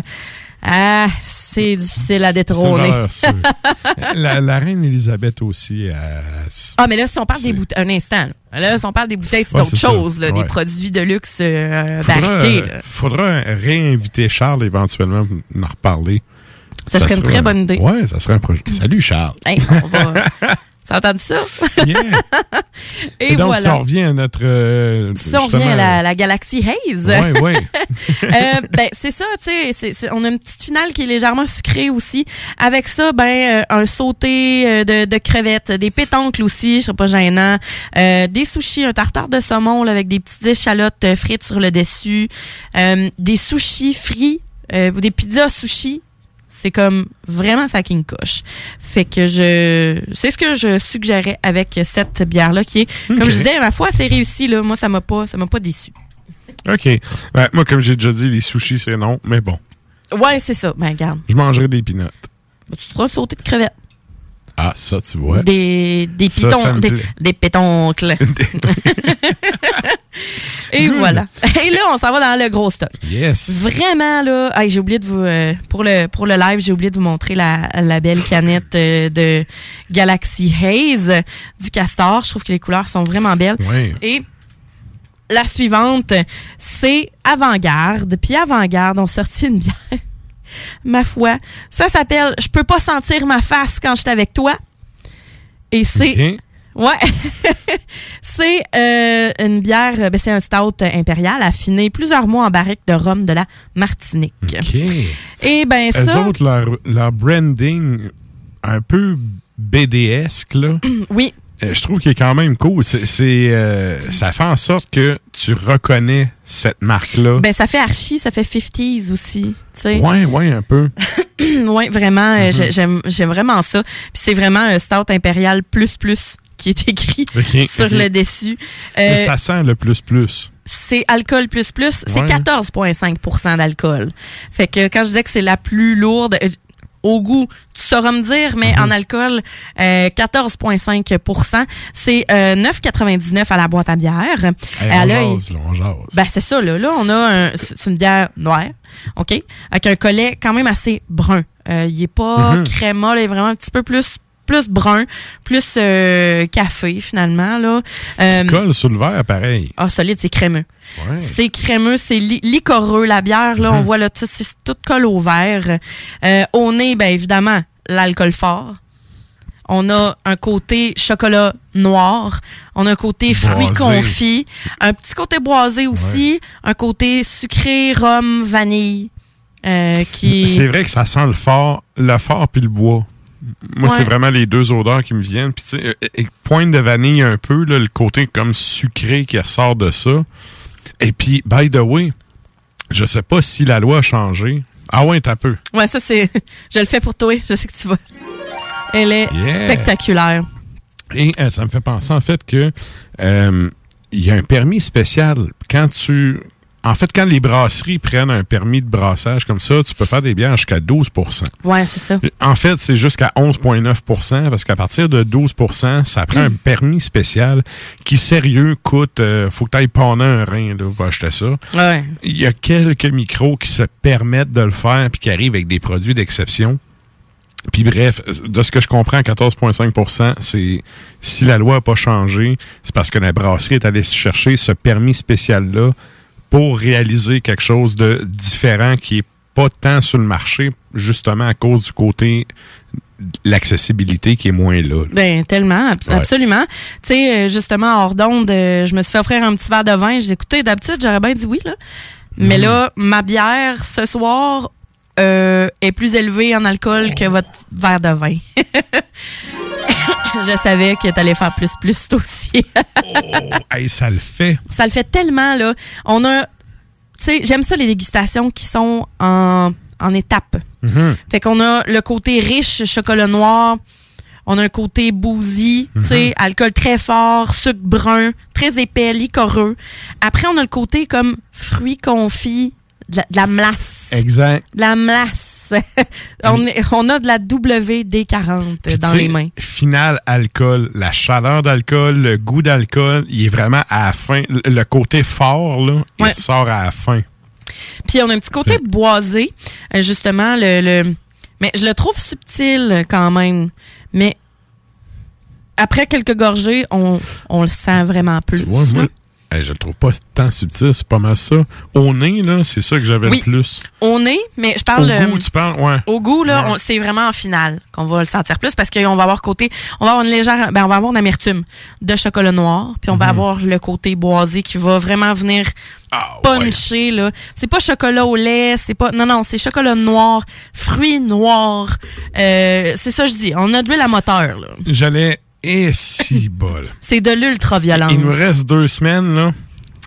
c'est difficile à détrôner. La reine Elisabeth aussi. Mais là, si on parle des bouteilles, un instant. Là, si on parle des bouteilles, c'est d'autres choses, là, des produits de luxe barriqués. Faudra réinviter Charles éventuellement pour en reparler. Ça serait une très bonne idée. Ouais, ça serait un projet. Salut, Charles. Hey, on va... Ça entend ça? Yeah. Et donc, voilà. si on revient à notre... si on revient à la Galaxy Haze. Oui. Ben, c'est ça, tu sais. On a une petite finale qui est légèrement sucrée aussi. Avec ça, un sauté de crevettes, des pétoncles aussi, je serais pas gênant. Des sushis, un tartare de saumon là, avec des petites échalotes frites sur le dessus. Des sushis frits, des pizzas sushis. C'est comme vraiment sa king coche. Fait que c'est ce que je suggérais avec cette bière-là qui est, comme je disais, ma foi, c'est réussi, là. Moi, ça m'a pas déçu. OK. Ouais, moi, comme j'ai déjà dit, les sushis, c'est non, mais bon. Ouais, c'est ça. Ben, regarde. Je mangerai des peanuts. Tu te feras sauter de crevettes. Ah, ça, tu vois. Des pétoncles. Et voilà. Et là, on s'en va dans le gros stock. Yes. Vraiment, là, j'ai oublié de vous... pour le live, j'ai oublié de vous montrer la belle canette de Galaxy Haze du Castor. Je trouve que les couleurs sont vraiment belles. Oui. Et la suivante, c'est Avant-Garde. Puis Avant-Garde ont sorti une bière. Ma foi, ça s'appelle « Je peux pas sentir ma face quand je suis avec toi ». Et c'est... Okay. Ouais. C'est une bière, c'est un stout impérial affiné plusieurs mois en barrique de rhum de la Martinique. OK. Et ben ça... Eux autres, leur branding un peu BDesque, là. Oui. Je trouve qu'il est quand même cool. Ça fait en sorte que tu reconnais cette marque-là. Ben, ça fait archi, ça fait 50s aussi, tu sais. Ouais, un peu. Ouais, vraiment, j'aime vraiment ça. Puis c'est vraiment un stout impérial plus qui est écrit sur le dessus. Mais ça sent le plus. C'est alcool plus, c'est 14,5% d'alcool. Fait que quand je disais que c'est la plus lourde, au goût, tu sauras me dire, mais en alcool, 14,5%. C'est 9,99 à la boîte à bière. On jase. Ben, c'est ça, là. Là, on a c'est une bière noire, OK? Avec un collet quand même assez brun. Il est pas crémeux, il est vraiment un petit peu plus brun, plus café, finalement, là. Colle sur le verre, pareil. Ah, solide, c'est crémeux. Ouais. C'est crémeux, c'est liquoreux. La bière, là, on voit, là, c'est tout colle au verre. Au nez, ben évidemment, l'alcool fort. On a un côté chocolat noir. On a un côté fruits confits. Un petit côté boisé aussi. Un côté sucré, rhum, vanille. C'est vrai que ça sent le fort puis le bois. Moi, c'est vraiment les deux odeurs qui me viennent. Puis, tu sais, pointe de vanille un peu, là, le côté comme sucré qui ressort de ça. Et puis, by the way, je sais pas si la loi a changé. Ah ouais, t'as peu. Ouais, ça, c'est... Je le fais pour toi. Je sais que tu vas... Elle est spectaculaire. Et ça me fait penser, en fait, que il y a un permis spécial. Quand les brasseries prennent un permis de brassage comme ça, tu peux faire des bières jusqu'à 12%. Ouais, c'est ça. En fait, c'est jusqu'à 11,9% parce qu'à partir de 12%, ça prend un permis spécial qui, sérieux, coûte... faut que tu ailles pendre un rein là, pour acheter ça. Ouais. Il y a quelques micros qui se permettent de le faire puis qui arrivent avec des produits d'exception. Puis bref, de ce que je comprends, 14,5%, c'est si la loi n'a pas changé, c'est parce que la brasserie est allée chercher ce permis spécial-là pour réaliser quelque chose de différent qui est pas tant sur le marché, justement à cause du côté l'accessibilité qui est moins là. Ben, tellement, absolument. Tu sais, justement, hors d'onde, je me suis fait offrir un petit verre de vin. J'ai dit, écoutez, d'habitude, j'aurais bien dit oui, là. Mais là, ma bière, ce soir, est plus élevée en alcool que votre verre de vin. Je savais que t'allais faire plus toi aussi. Hey, ça le fait. Ça le fait tellement, là. On a, tu sais, j'aime ça, les dégustations qui sont en étapes. Mm-hmm. Fait qu'on a le côté riche, chocolat noir. On a un côté boozy, tu sais, alcool très fort, sucre brun, très épais, liquoreux. Après, on a le côté comme fruits confits, de la melasse. Exact. De la melasse. On a de la WD-40 dans les mains. Final alcool, la chaleur d'alcool, le goût d'alcool, il est vraiment à la fin. Le côté fort, là, il sort à la fin. Puis on a un petit côté boisé, justement, mais je le trouve subtil quand même. Mais après quelques gorgées, on le sent vraiment plus. Tu vois, moi, je le trouve pas tant subtil, c'est pas mal ça. Au nez, là, c'est ça que j'avais le plus. Au nez, mais je parle... Au goût, tu parles, ouais. Au goût, là, c'est vraiment en finale qu'on va le sentir plus parce qu'on va avoir on va avoir une légère... on va avoir une amertume de chocolat noir, puis on va avoir le côté boisé qui va vraiment venir puncher, là. C'est pas chocolat au lait, c'est pas... Non, c'est chocolat noir, fruits noirs. C'est ça que je dis. On a de l'huile à moteur, là. J'allais... Et si bol. C'est de l'ultra-violence. Il nous reste 2 semaines, là.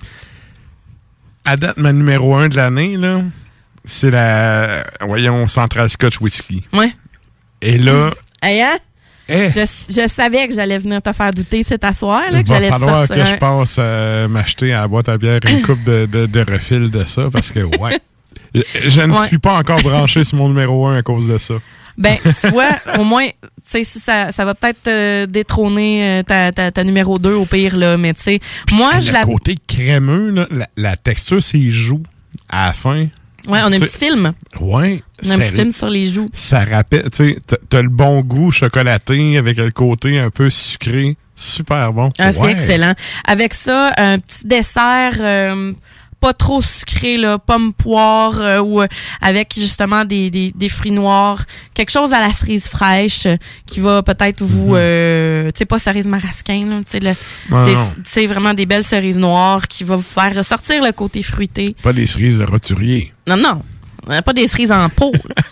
À date, ma numéro 1 de l'année, là, c'est la, Central Scotch Whisky. Ouais. Et là... Hey, hein? Je savais que j'allais venir te faire douter cet assoir, là, que j'allais te sortir. Il va falloir que je passe à m'acheter à la boîte à bière une coupe de refil de ça, parce que, je ne suis pas encore branché sur mon numéro 1 à cause de ça. Ben, tu vois, au moins, tu sais, si ça va peut-être détrôner ta numéro 2 au pire, là, mais tu sais, moi, le côté crémeux, là, la texture, c'est joues à la fin. Ouais, on a un petit film. Ouais. On a un petit film sur les joues. Ça rappelle, tu sais, t'as le bon goût chocolaté avec le côté un peu sucré. Super bon. Ah, c'est excellent. Avec ça, un petit dessert... pas trop sucré, là, pomme poire ou avec justement des fruits noirs, quelque chose à la cerise fraîche qui va peut-être vous tu sais, pas cerise marasquin, là, tu sais, vraiment des belles cerises noires qui va vous faire ressortir le côté fruité. Pas des cerises de roturier. Non, pas des cerises en pot.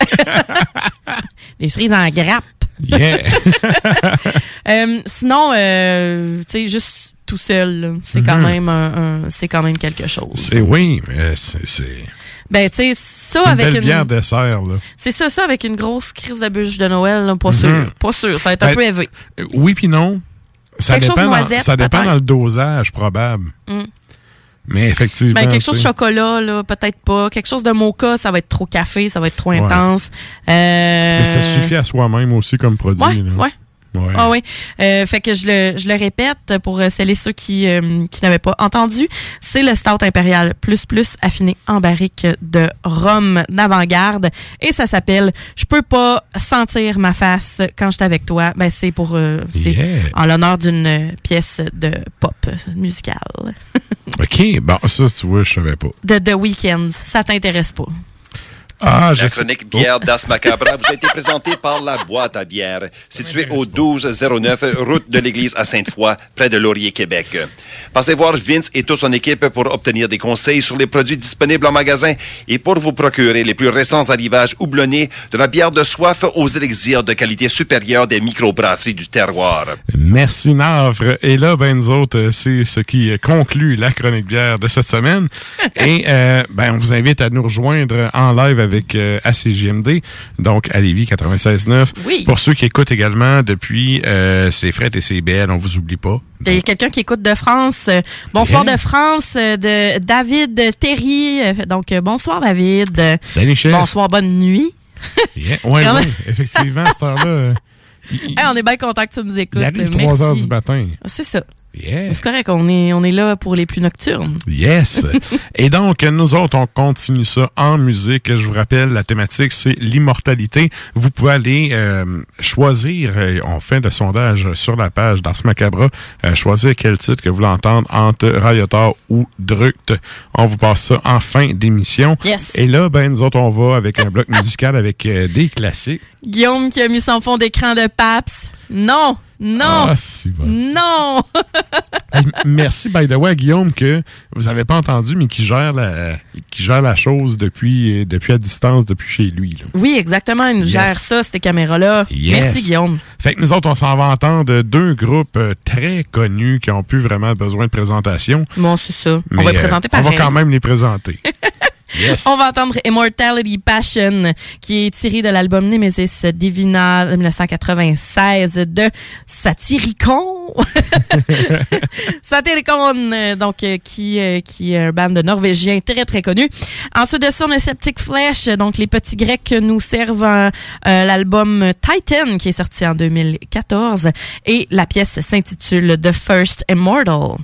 Des cerises en grappe. Yeah. Sinon, tu sais, juste tout seul, c'est quand même c'est quand même quelque chose. Mais c'est ben tu sais ça c'est avec une belle bière dessert là. C'est ça avec une grosse crise de bûche de Noël, là, pas sûr, ça va être un peu élevé. Oui puis non. Ça quelque dépend noisette, ça dépend dans le dosage probable. Mais effectivement. Ben, quelque chose de chocolat, là, peut-être pas. Quelque chose de mocha, ça va être trop café, ça va être trop intense. Mais ça suffit à soi-même aussi comme produit. Ouais. Ah oui. Fait que je le répète pour celles et ceux qui n'avaient pas entendu. C'est le Stout Impérial plus affiné en barrique de rhum d'avant-garde. Et ça s'appelle « Je peux pas sentir ma face quand j'étais avec toi ». Ben, c'est pour en l'honneur d'une pièce de pop musicale. OK. Bon, ça, tu vois, je savais pas. De The Weeknd. Ça t'intéresse pas? La chronique bière d'As Macabra vous a été présentée par la boîte à bière, située au 1209 route de l'église à Sainte-Foy, près de Laurier, Québec. Passez voir Vince et toute son équipe pour obtenir des conseils sur les produits disponibles en magasin et pour vous procurer les plus récents arrivages houblonnés de la bière de soif aux élixirs de qualité supérieure des microbrasseries du terroir. Merci Navre. Et là, ben nous autres, c'est ce qui conclut la chronique bière de cette semaine. Et ben on vous invite à nous rejoindre en live avec ACJMD, donc à Lévis 96.9. Oui. Pour ceux qui écoutent également depuis c'est Fret et c'est BL, on vous oublie pas. Il y a quelqu'un qui écoute de France. Bonsoir de France, de David Terry. Donc, bonsoir David. Salut chef. Bonsoir, bonne nuit. Yeah. Oui, effectivement, à cette heure-là. On est bien content que tu nous écoutes. Il arrive 3 heures du matin. C'est ça. Yeah. C'est correct, on est là pour les plus nocturnes. Yes! Et donc, nous autres, on continue ça en musique. Je vous rappelle, la thématique, c'est l'immortalité. Vous pouvez aller choisir, on fait le sondage sur la page d'Ars Macabra, choisir quel titre que vous voulez entendre entre Riotor ou Druct. On vous passe ça en fin d'émission. Yes! Et là, ben, nous autres, on va avec un bloc musical avec des classiques. Guillaume qui a mis son fond d'écran de Paps. Non! Non! Ah, si bon. Non! Hey, merci, by the way, à Guillaume, que vous n'avez pas entendu, mais qui gère la chose depuis à distance, depuis chez lui. Là. Oui, exactement. Il nous gère ça, ces caméras-là. Yes. Merci, Guillaume. Fait que nous autres, on s'en va entendre deux groupes très connus qui n'ont plus vraiment besoin de présentation. Bon, c'est ça. Mais, on va les présenter pareil. On va quand même les présenter. Yes. On va entendre Immortality Passion, qui est tiré de l'album Nemesis Divina de 1996 de Satyricon. Satyricon, donc, qui est un band norvégien très, très connu. Ensuite de ça, on a Septic Flesh, donc les petits Grecs nous servent l'album Titan, qui est sorti en 2014. Et la pièce s'intitule The First Immortal.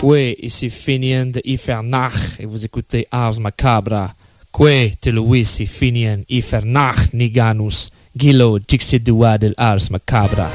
Oui, ici Finian de Ifernach et vous écoutez Ars Macabra. Que te Luisi Finian Ifernach Niganus Gilo Dixidua del Ars Macabra.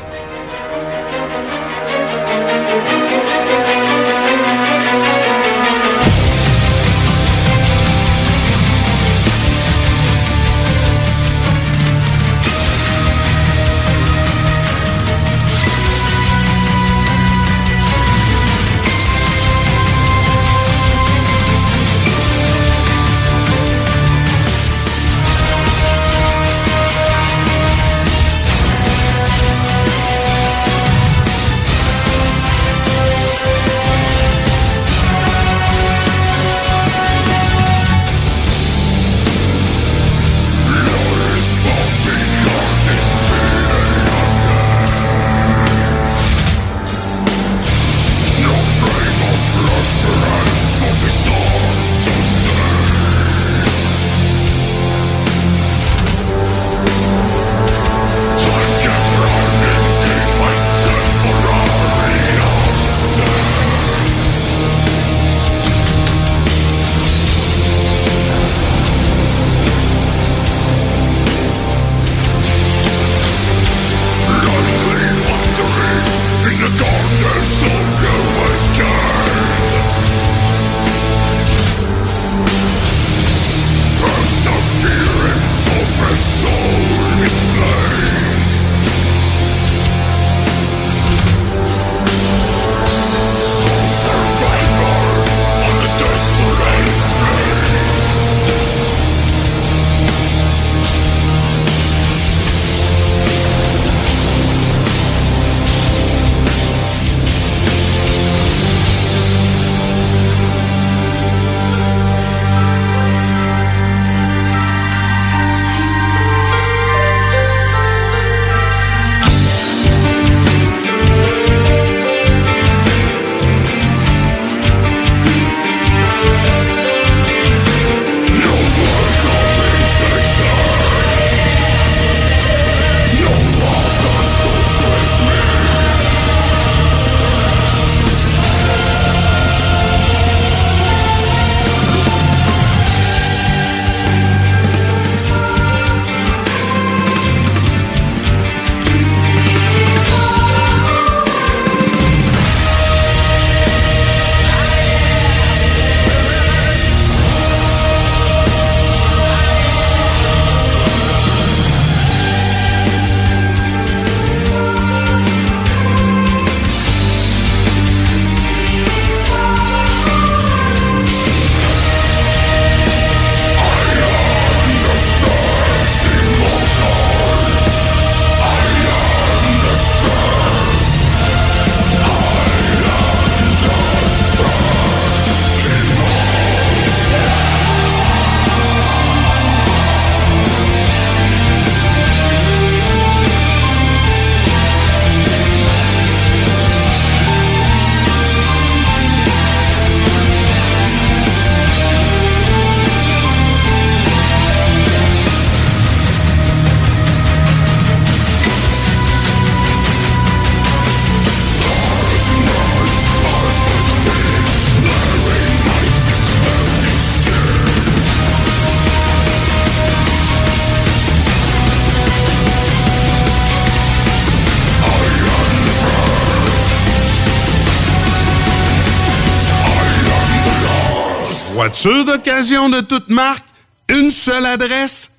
Voiture d'occasion de toute marque, une seule adresse,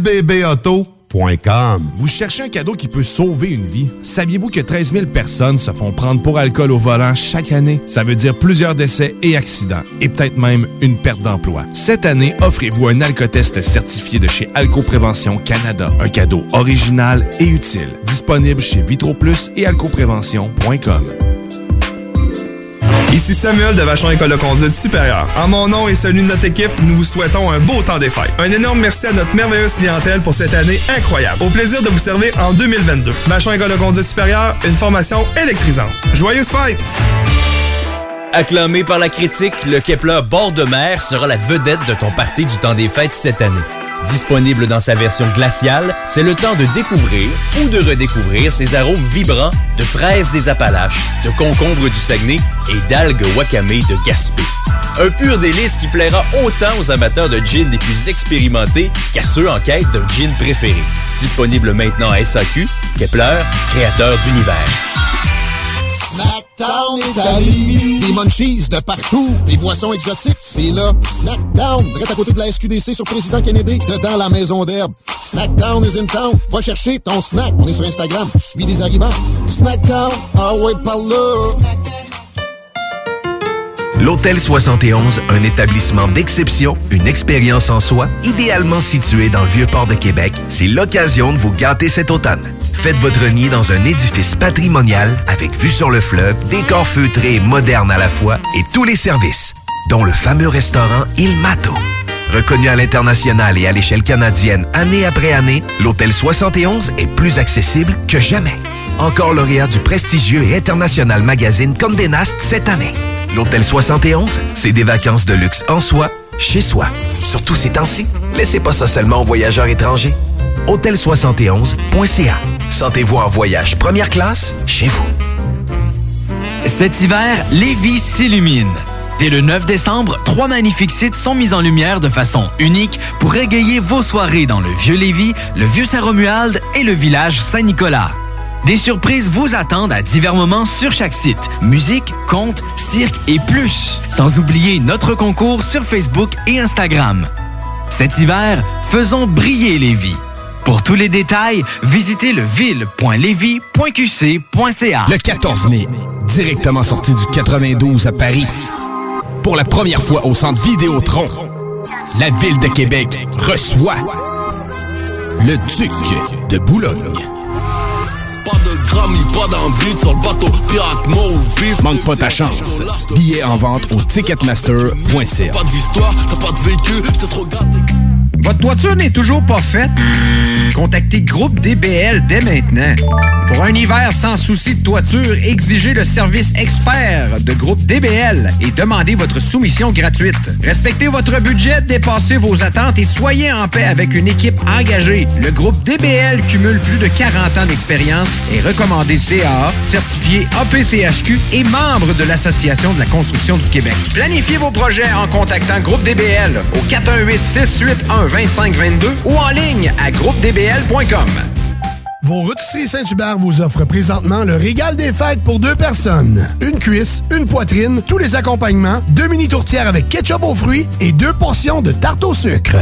lbbauto.com. Vous cherchez un cadeau qui peut sauver une vie? Saviez-vous que 13 000 personnes se font prendre pour alcool au volant chaque année? Ça veut dire plusieurs décès et accidents, et peut-être même une perte d'emploi. Cette année, offrez-vous un alcotest certifié de chez Alcoprévention Canada. Un cadeau original et utile. Disponible chez VitroPlus et alcoprévention.com. Ici Samuel de Vachon École de conduite supérieure. En mon nom et celui de notre équipe, nous vous souhaitons un beau temps des fêtes. Un énorme merci à notre merveilleuse clientèle pour cette année incroyable. Au plaisir de vous servir en 2022. Vachon École de conduite supérieure, une formation électrisante. Joyeuses fêtes! Acclamé par la critique, le Kepler bord de mer sera la vedette de ton party du temps des fêtes cette année. Disponible dans sa version glaciale, c'est le temps de découvrir ou de redécouvrir ces arômes vibrants de fraises des Appalaches, de concombres du Saguenay et d'algues wakame de Gaspé. Un pur délice qui plaira autant aux amateurs de gin les plus expérimentés qu'à ceux en quête d'un gin préféré. Disponible maintenant à SAQ, Kepler, créateur d'univers. Snackdown Italie. Des munchies de partout. Des boissons exotiques. C'est là. Snackdown. Direct à côté de la SQDC sur Président Kennedy. Dedans la maison d'herbe. Snackdown is in town. Va chercher ton snack. On est sur Instagram. Suis des arrivants. Snackdown. Ah ouais, par là. L'Hôtel 71, un établissement d'exception, une expérience en soi, idéalement situé dans le Vieux-Port de Québec, c'est l'occasion de vous gâter cet automne. Faites votre nid dans un édifice patrimonial avec vue sur le fleuve, décor feutré et moderne à la fois et tous les services, dont le fameux restaurant Il Mato. Reconnu à l'international et à l'échelle canadienne année après année, l'Hôtel 71 est plus accessible que jamais. Encore lauréat du prestigieux et international magazine Condé Nast cette année. L'Hôtel 71, c'est des vacances de luxe en soi, chez soi. Surtout ces temps-ci, laissez pas ça seulement aux voyageurs étrangers. Hôtel71.ca. Sentez-vous en voyage première classe chez vous. Cet hiver, Lévis s'illumine. Dès le 9 décembre, 3 magnifiques sites sont mis en lumière de façon unique pour égayer vos soirées dans le Vieux-Lévis, le Vieux-Saint-Romuald et le village Saint-Nicolas. Des surprises vous attendent à divers moments sur chaque site. Musique, contes, cirque et plus. Sans oublier notre concours sur Facebook et Instagram. Cet hiver, faisons briller Lévis. Pour tous les détails, visitez leville.lévis.qc.ca. Le 14 mai, directement sorti du 92 à Paris. Pour la première fois au Centre Vidéotron, la Ville de Québec reçoit le Duc de Boulogne. Pas de grammes, pas d'envie sur le bateau pirate vif. Manque pas ta chance. Billets en vente au ticketmaster.ca. Pas d'histoire, t'as pas de vécu, t'es trop gâté. Votre toiture n'est toujours pas faite? Contactez Groupe DBL dès maintenant. Pour un hiver sans souci de toiture, exigez le service expert de Groupe DBL et demandez votre soumission gratuite. Respectez votre budget, dépassez vos attentes et soyez en paix avec une équipe engagée. Le Groupe DBL cumule plus de 40 ans d'expérience, est recommandé CAA, certifié APCHQ et membre de l'Association de la construction du Québec. Planifiez vos projets en contactant Groupe DBL au 418-681-2522 ou en ligne à groupedbl.com. Vos Rôtisseries Saint-Hubert vous offrent présentement le régal des fêtes pour 2 personnes. Une cuisse, une poitrine, tous les accompagnements, 2 mini tourtières avec ketchup aux fruits et 2 portions de tarte au sucre.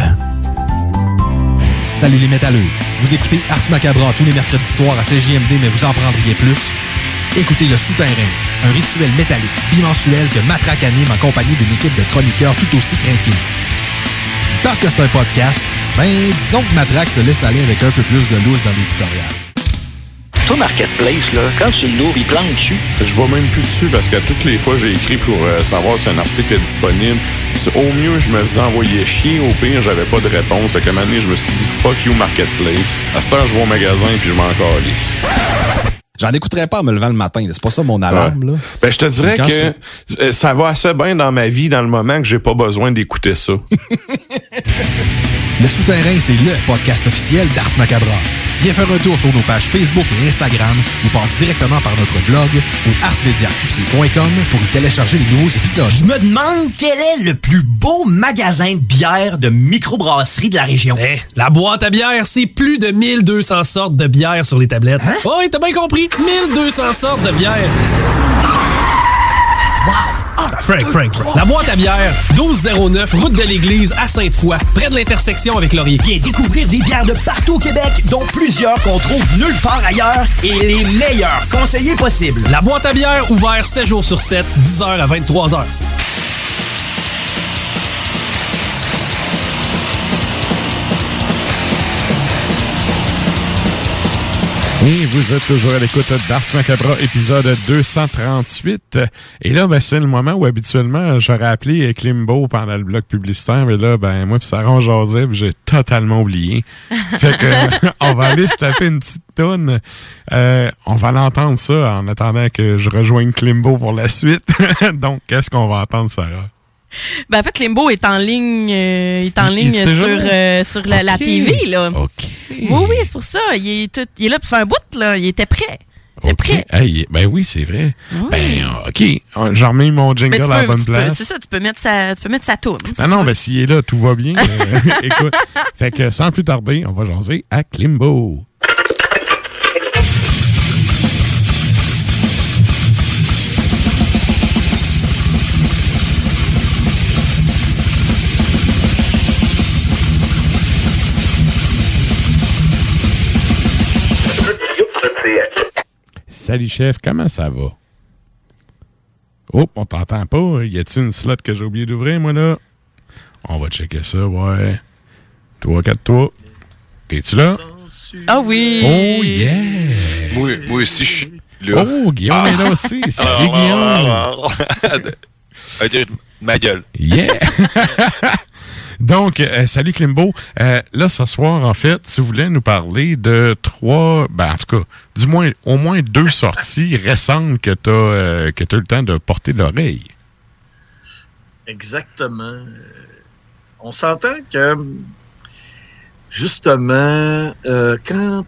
Salut les métalleux. Vous écoutez Ars Macabra tous les mercredis soirs à CJMD, mais vous en prendriez plus. Écoutez Le Souterrain, un rituel métallique bimensuel que Matraque anime en compagnie d'une équipe de chroniqueurs tout aussi crinqués. Parce que c'est un podcast, disons que Matraque se laisse aller avec un peu plus de loose dans l'éditorial. Toi, Marketplace, là, quand tu l'ouvres, il plante dessus. Je vais même plus dessus parce que toutes les fois, j'ai écrit pour savoir si un article est disponible. Au mieux, je me faisais envoyer chier. Au pire, j'avais pas de réponse. Fait qu'à un moment donné, je me suis dit « Fuck you, Marketplace ». À cette heure, je vais au magasin et puis je m'en calisse. J'en écouterais pas en me levant le matin. Là. C'est pas ça mon alarme. Là. Ben, je te dirais que ça va assez bien dans ma vie dans le moment que j'ai pas besoin d'écouter ça. Le Souterrain, c'est le podcast officiel d'Ars Macabra. Viens faire un tour sur nos pages Facebook et Instagram ou passe directement par notre blog au arsmediaqc.com pour y télécharger les nouveaux épisodes. Je me demande quel est le plus beau magasin de bière de microbrasserie de la région. La boîte à bière, c'est plus de 1200 sortes de bière sur les tablettes. Hein? Oh, t'as bien compris? 1200 sortes de bière. Wow! Frank. La boîte à bière, 1209, route de l'église à Sainte-Foy, près de l'intersection avec Laurier. Viens découvrir des bières de partout au Québec, dont plusieurs qu'on trouve nulle part ailleurs et les meilleurs conseillers possibles. La boîte à bière, ouvert 7 jours sur 7, 10h à 23h. Et vous êtes toujours à l'écoute d'Ars Macabra, épisode 238. Et là, c'est le moment où habituellement, j'aurais appelé Klimbo pendant le bloc publicitaire, mais là, moi pis Sarah, on jasait, pis j'ai totalement oublié. Fait que, on va aller se taper une petite toune. On va l'entendre ça en attendant que je rejoigne Klimbo pour la suite. Donc, qu'est-ce qu'on va entendre, Sarah? Ben, en fait, Limbo est en ligne, sur la TV, là. OK. Oui, c'est pour ça. Il est là pour faire un bout, là. Il était prêt. OK. Hey, ben oui, c'est vrai. Oui. Ben, OK. J'en remets mon jingle à la bonne place. C'est ça, tu peux mettre sa toune. Non, ben s'il est là, tout va bien. Écoute. Fait que sans plus tarder, on va jaser à Klimbo. Salut chef, comment ça va? Oh, on t'entend pas. Y a-t-il une slot que j'ai oublié d'ouvrir, moi, là? On va checker ça, ouais. 3, 4, 3. Es-tu là? Ah oui! Oh yeah! Moi aussi, je suis là. Oh, Guillaume est là aussi. Salut, Guillaume! Ma gueule. Yeah! Donc, salut Klimbo. Là, ce soir, en fait, tu voulais nous parler de 3, en tout cas, au moins 2 sorties récentes que tu as eu le temps de porter l'oreille. Exactement. On s'entend que, justement, quand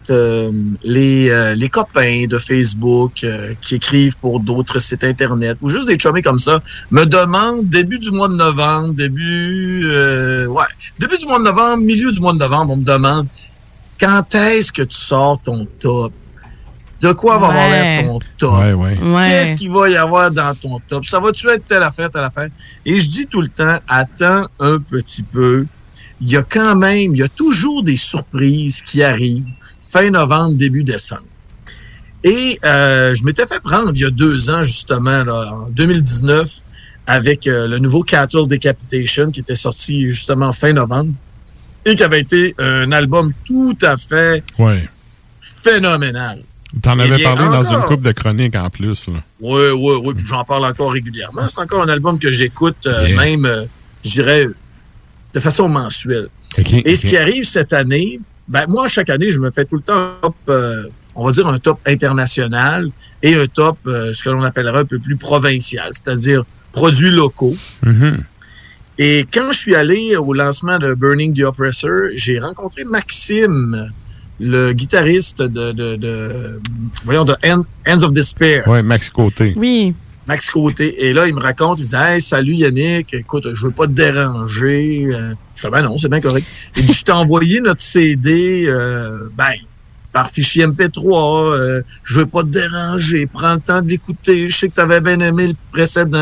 les copains de Facebook qui écrivent pour d'autres sites Internet ou juste des chummés comme ça me demandent début du mois de novembre, début du mois de novembre, milieu du mois de novembre, on me demande quand est-ce que tu sors ton top? De quoi va avoir l'air ton top? Ouais. Qu'est-ce qu'il va y avoir dans ton top? Ça va-tu être telle affaire? Et je dis tout le temps, attends un petit peu. Il y a toujours des surprises qui arrivent fin novembre, début décembre. Et je m'étais fait prendre il y a 2 ans, justement, là, en 2019, avec le nouveau Cattle Decapitation qui était sorti justement fin novembre et qui avait été un album tout à fait phénoménal. T'en avais parlé dans une couple de chroniques en plus. Là. Oui, puis j'en parle encore régulièrement. C'est encore un album que j'écoute même, je dirais, de façon mensuelle. Et ce qui arrive cette année, moi, chaque année, je me fais tout le temps un top, on va dire un top international et un top, ce que l'on appellerait un peu plus provincial, c'est-à-dire produits locaux. Mm-hmm. Et quand je suis allé au lancement de Burning the Oppressor, j'ai rencontré Maxime, le guitariste de Hands of Despair. Oui, Max Côté. Oui. Max Côté. Et là, il me raconte, il dit « Hey, salut Yannick, écoute, je veux pas te déranger. » Je fais « Ben non, c'est bien correct. » Il dit « Je t'ai envoyé notre CD, par fichier MP3. Je veux pas te déranger. Prends le temps de l'écouter. Je sais que tu avais bien aimé le précédent. »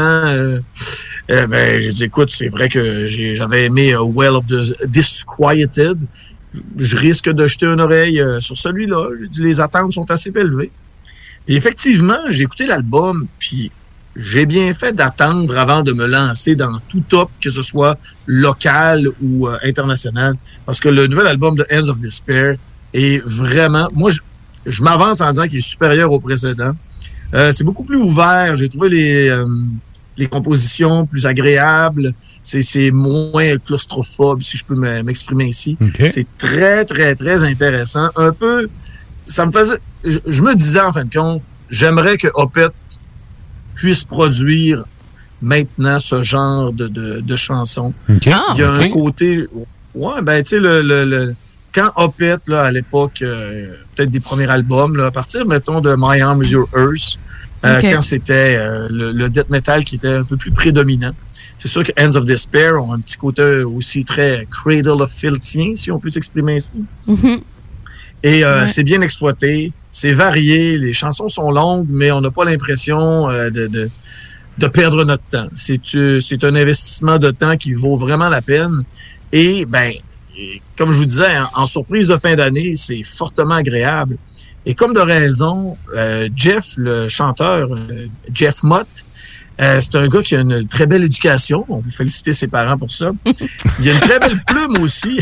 J'ai dit « Écoute, c'est vrai que j'avais aimé Well of the Disquieted. Je risque de jeter une oreille sur celui-là. » J'ai dit « Les attentes sont assez élevées. » Et effectivement, j'ai écouté l'album, puis j'ai bien fait d'attendre avant de me lancer dans tout top, que ce soit local ou international, parce que le nouvel album de Hands of Despair est vraiment... Moi, je m'avance en disant qu'il est supérieur au précédent. C'est beaucoup plus ouvert. J'ai trouvé les compositions plus agréables. C'est moins claustrophobe, si je peux m'exprimer ici. Okay. C'est très, très, très intéressant. Un peu... Ça me faisait... Je me disais, en fin de compte, j'aimerais que Opeth puisse produire maintenant ce genre de chansons. Okay. Il y a un côté... Ouais, tu sais, quand Opeth, là, à l'époque, peut-être des premiers albums, là, à partir, mettons, de My Arm Is Your Earth, quand c'était le death metal qui était un peu plus prédominant. C'est sûr que Hands of Despair ont un petit côté aussi très Cradle of Filthien, si on peut s'exprimer ainsi. Mm-hmm. Et c'est bien exploité, c'est varié, les chansons sont longues, mais on n'a pas l'impression de perdre notre temps. C'est un investissement de temps qui vaut vraiment la peine. Et comme je vous disais, en surprise de fin d'année, c'est fortement agréable. Et comme de raison, Jeff, le chanteur, Jeff Mott, c'est un gars qui a une très belle éducation. On veut féliciter ses parents pour ça. Il a une très belle plume aussi.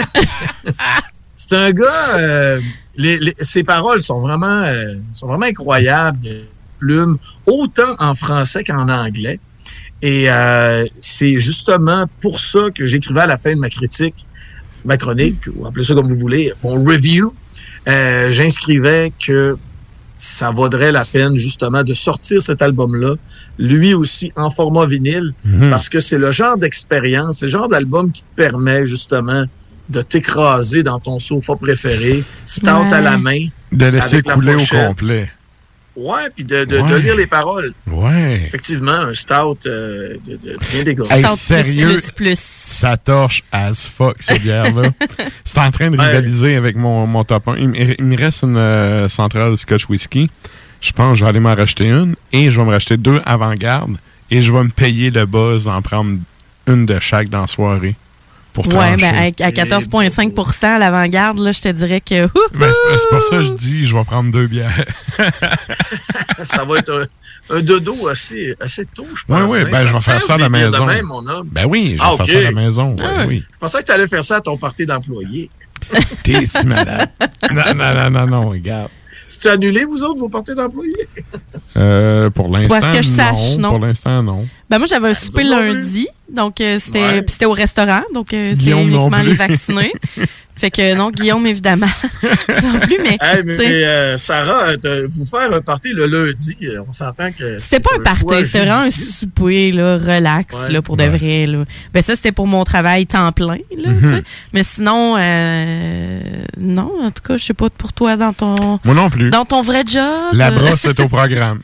C'est un gars, ses paroles sont vraiment incroyables, de plume, autant en français qu'en anglais. Et c'est justement pour ça que j'écrivais à la fin de ma chronique, ou appelez ça comme vous voulez, mon review, j'inscrivais que ça vaudrait la peine justement de sortir cet album-là, lui aussi en format vinyle, parce que c'est le genre d'expérience, c'est le genre d'album qui te permet justement de t'écraser dans ton sofa préféré, stout à la main. De laisser couler au complet. Ouais, puis de lire les paroles. Ouais. Effectivement, un stout de bien dégagé. Hey, sérieux, ça torche as fuck, cette bière-là. C'est en train de rivaliser avec mon top 1. Il me reste une centrale Scotch Whisky. Je pense que je vais aller m'en racheter une et je vais me racheter 2 avant-garde et je vais me payer le buzz d'en prendre une de chaque dans la soirée. Ouais, ben à 14,5 à l'avant-garde, là, je te dirais que... Ben, c'est pour ça que je dis je vais prendre 2 bières. Ça va être un dodo assez tôt, je pense. Oui, ben je vais faire ça à la maison. Même, mon homme. Ben oui, je vais faire ça à la maison. Oui. Je pensais que tu allais faire ça à ton party d'employés. T'es-tu malade? Non, regarde. C'est-tu annulé, vous autres, vos parties d'employés? Pour l'instant, que je sache, non. Pour l'instant, non. Ben moi, j'avais un souper lundi, donc c'était au restaurant, donc c'était uniquement les vaccinés. Fait que non, Guillaume, évidemment, non plus, mais... Hey, mais Sarah, vous faire un party le lundi, on s'entend que... C'était pas un party, c'était vraiment un souper, là, relax, là, pour de vrai, là. Ben ça, c'était pour mon travail temps plein, là, tu sais. Mais sinon, non, en tout cas, je sais pas pour toi dans ton... Moi non plus. Dans ton vrai job. La brosse est au programme.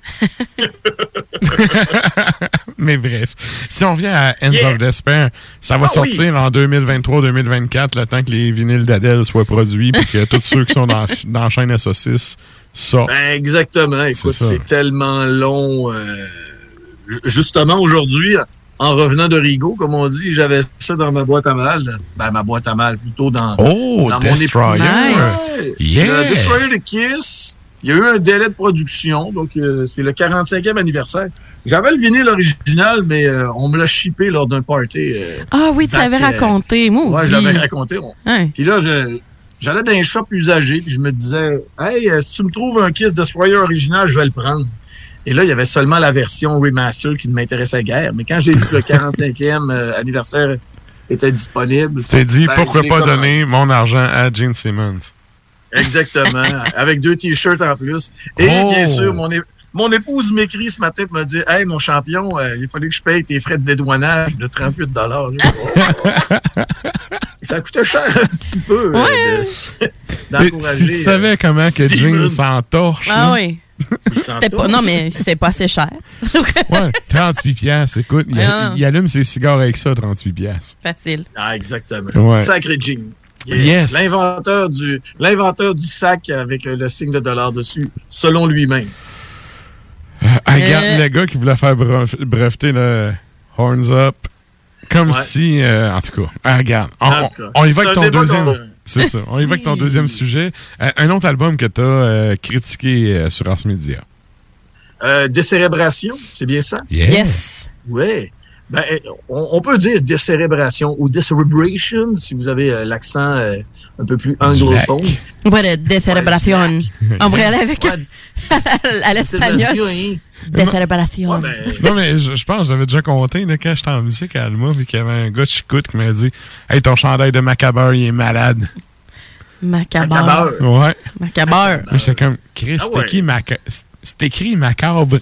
Mais bref, si on revient à Ends of Despair, ça va sortir en 2023-2024, le temps que les vinyles d'Adèle soient produits et que tous ceux qui sont dans la chaîne à saucisses sortent. Ben exactement. Écoute, c'est tellement long. Justement, aujourd'hui, en revenant de Rigaud, comme on dit, j'avais ça dans ma boîte à mal. Ben, ma boîte à mal, plutôt dans mon Destroyer. Le Destroyer de Kiss. Il y a eu un délai de production, donc c'est le 45e anniversaire. J'avais le vinyle original, mais on me l'a shippé lors d'un party. Ah oui, tu l'avais raconté, moi aussi. Ouais, je l'avais raconté. Puis là, j'allais dans un shop usagé, puis je me disais, hey, si tu me trouves un Kiss Destroyer original, je vais le prendre. Et là, il y avait seulement la version remaster qui ne m'intéressait guère. Mais quand j'ai vu que le 45e anniversaire était disponible... Tu t'es dit, pourquoi pas donner mon argent à Gene Simmons? Exactement, avec 2 t-shirts en plus. Et bien sûr, mon épouse m'écrit ce matin pour me dire, hey, mon champion, il fallait que je paye tes frais de dédouanage de 38 $. Ça coûtait cher un petit peu d'encourager. Si tu savais comment que Gene s'entorche. Ah oui. C'était pas, non, mais c'est pas assez cher. Ouais, 38$. Écoute, il allume ses cigares avec ça, 38$. Facile. Ah, exactement. Ouais. Sacré Gene. Yes. L'inventeur du sac avec le signe de $, dessus, selon lui-même. Regarde le gars qui voulait faire breveter le Horns Up. Comme si... en tout cas, regarde. On y va avec ton deuxième... C'est ça. On y va avec ton deuxième sujet. Un autre album que tu as critiqué sur Ars Media. Décérébration, c'est bien ça? Yes. Oui. Ben, on peut dire décérébration ou décérébration si vous avez l'accent un peu plus anglophone. Ouais, décérébration. On pourrait aller avec à l'espagnol. Décérébration. Ouais, ben... Non, mais je pense que j'avais déjà compté là, quand j'étais en musique à Alma puis qu'il y avait un gars de Chicoute qui m'a dit « Hey, ton chandail de Macabre, il est malade. » Macabre. Ouais. Macabre. J'étais comme « Chris, c'était qui Macabre? » C'est écrit macabre.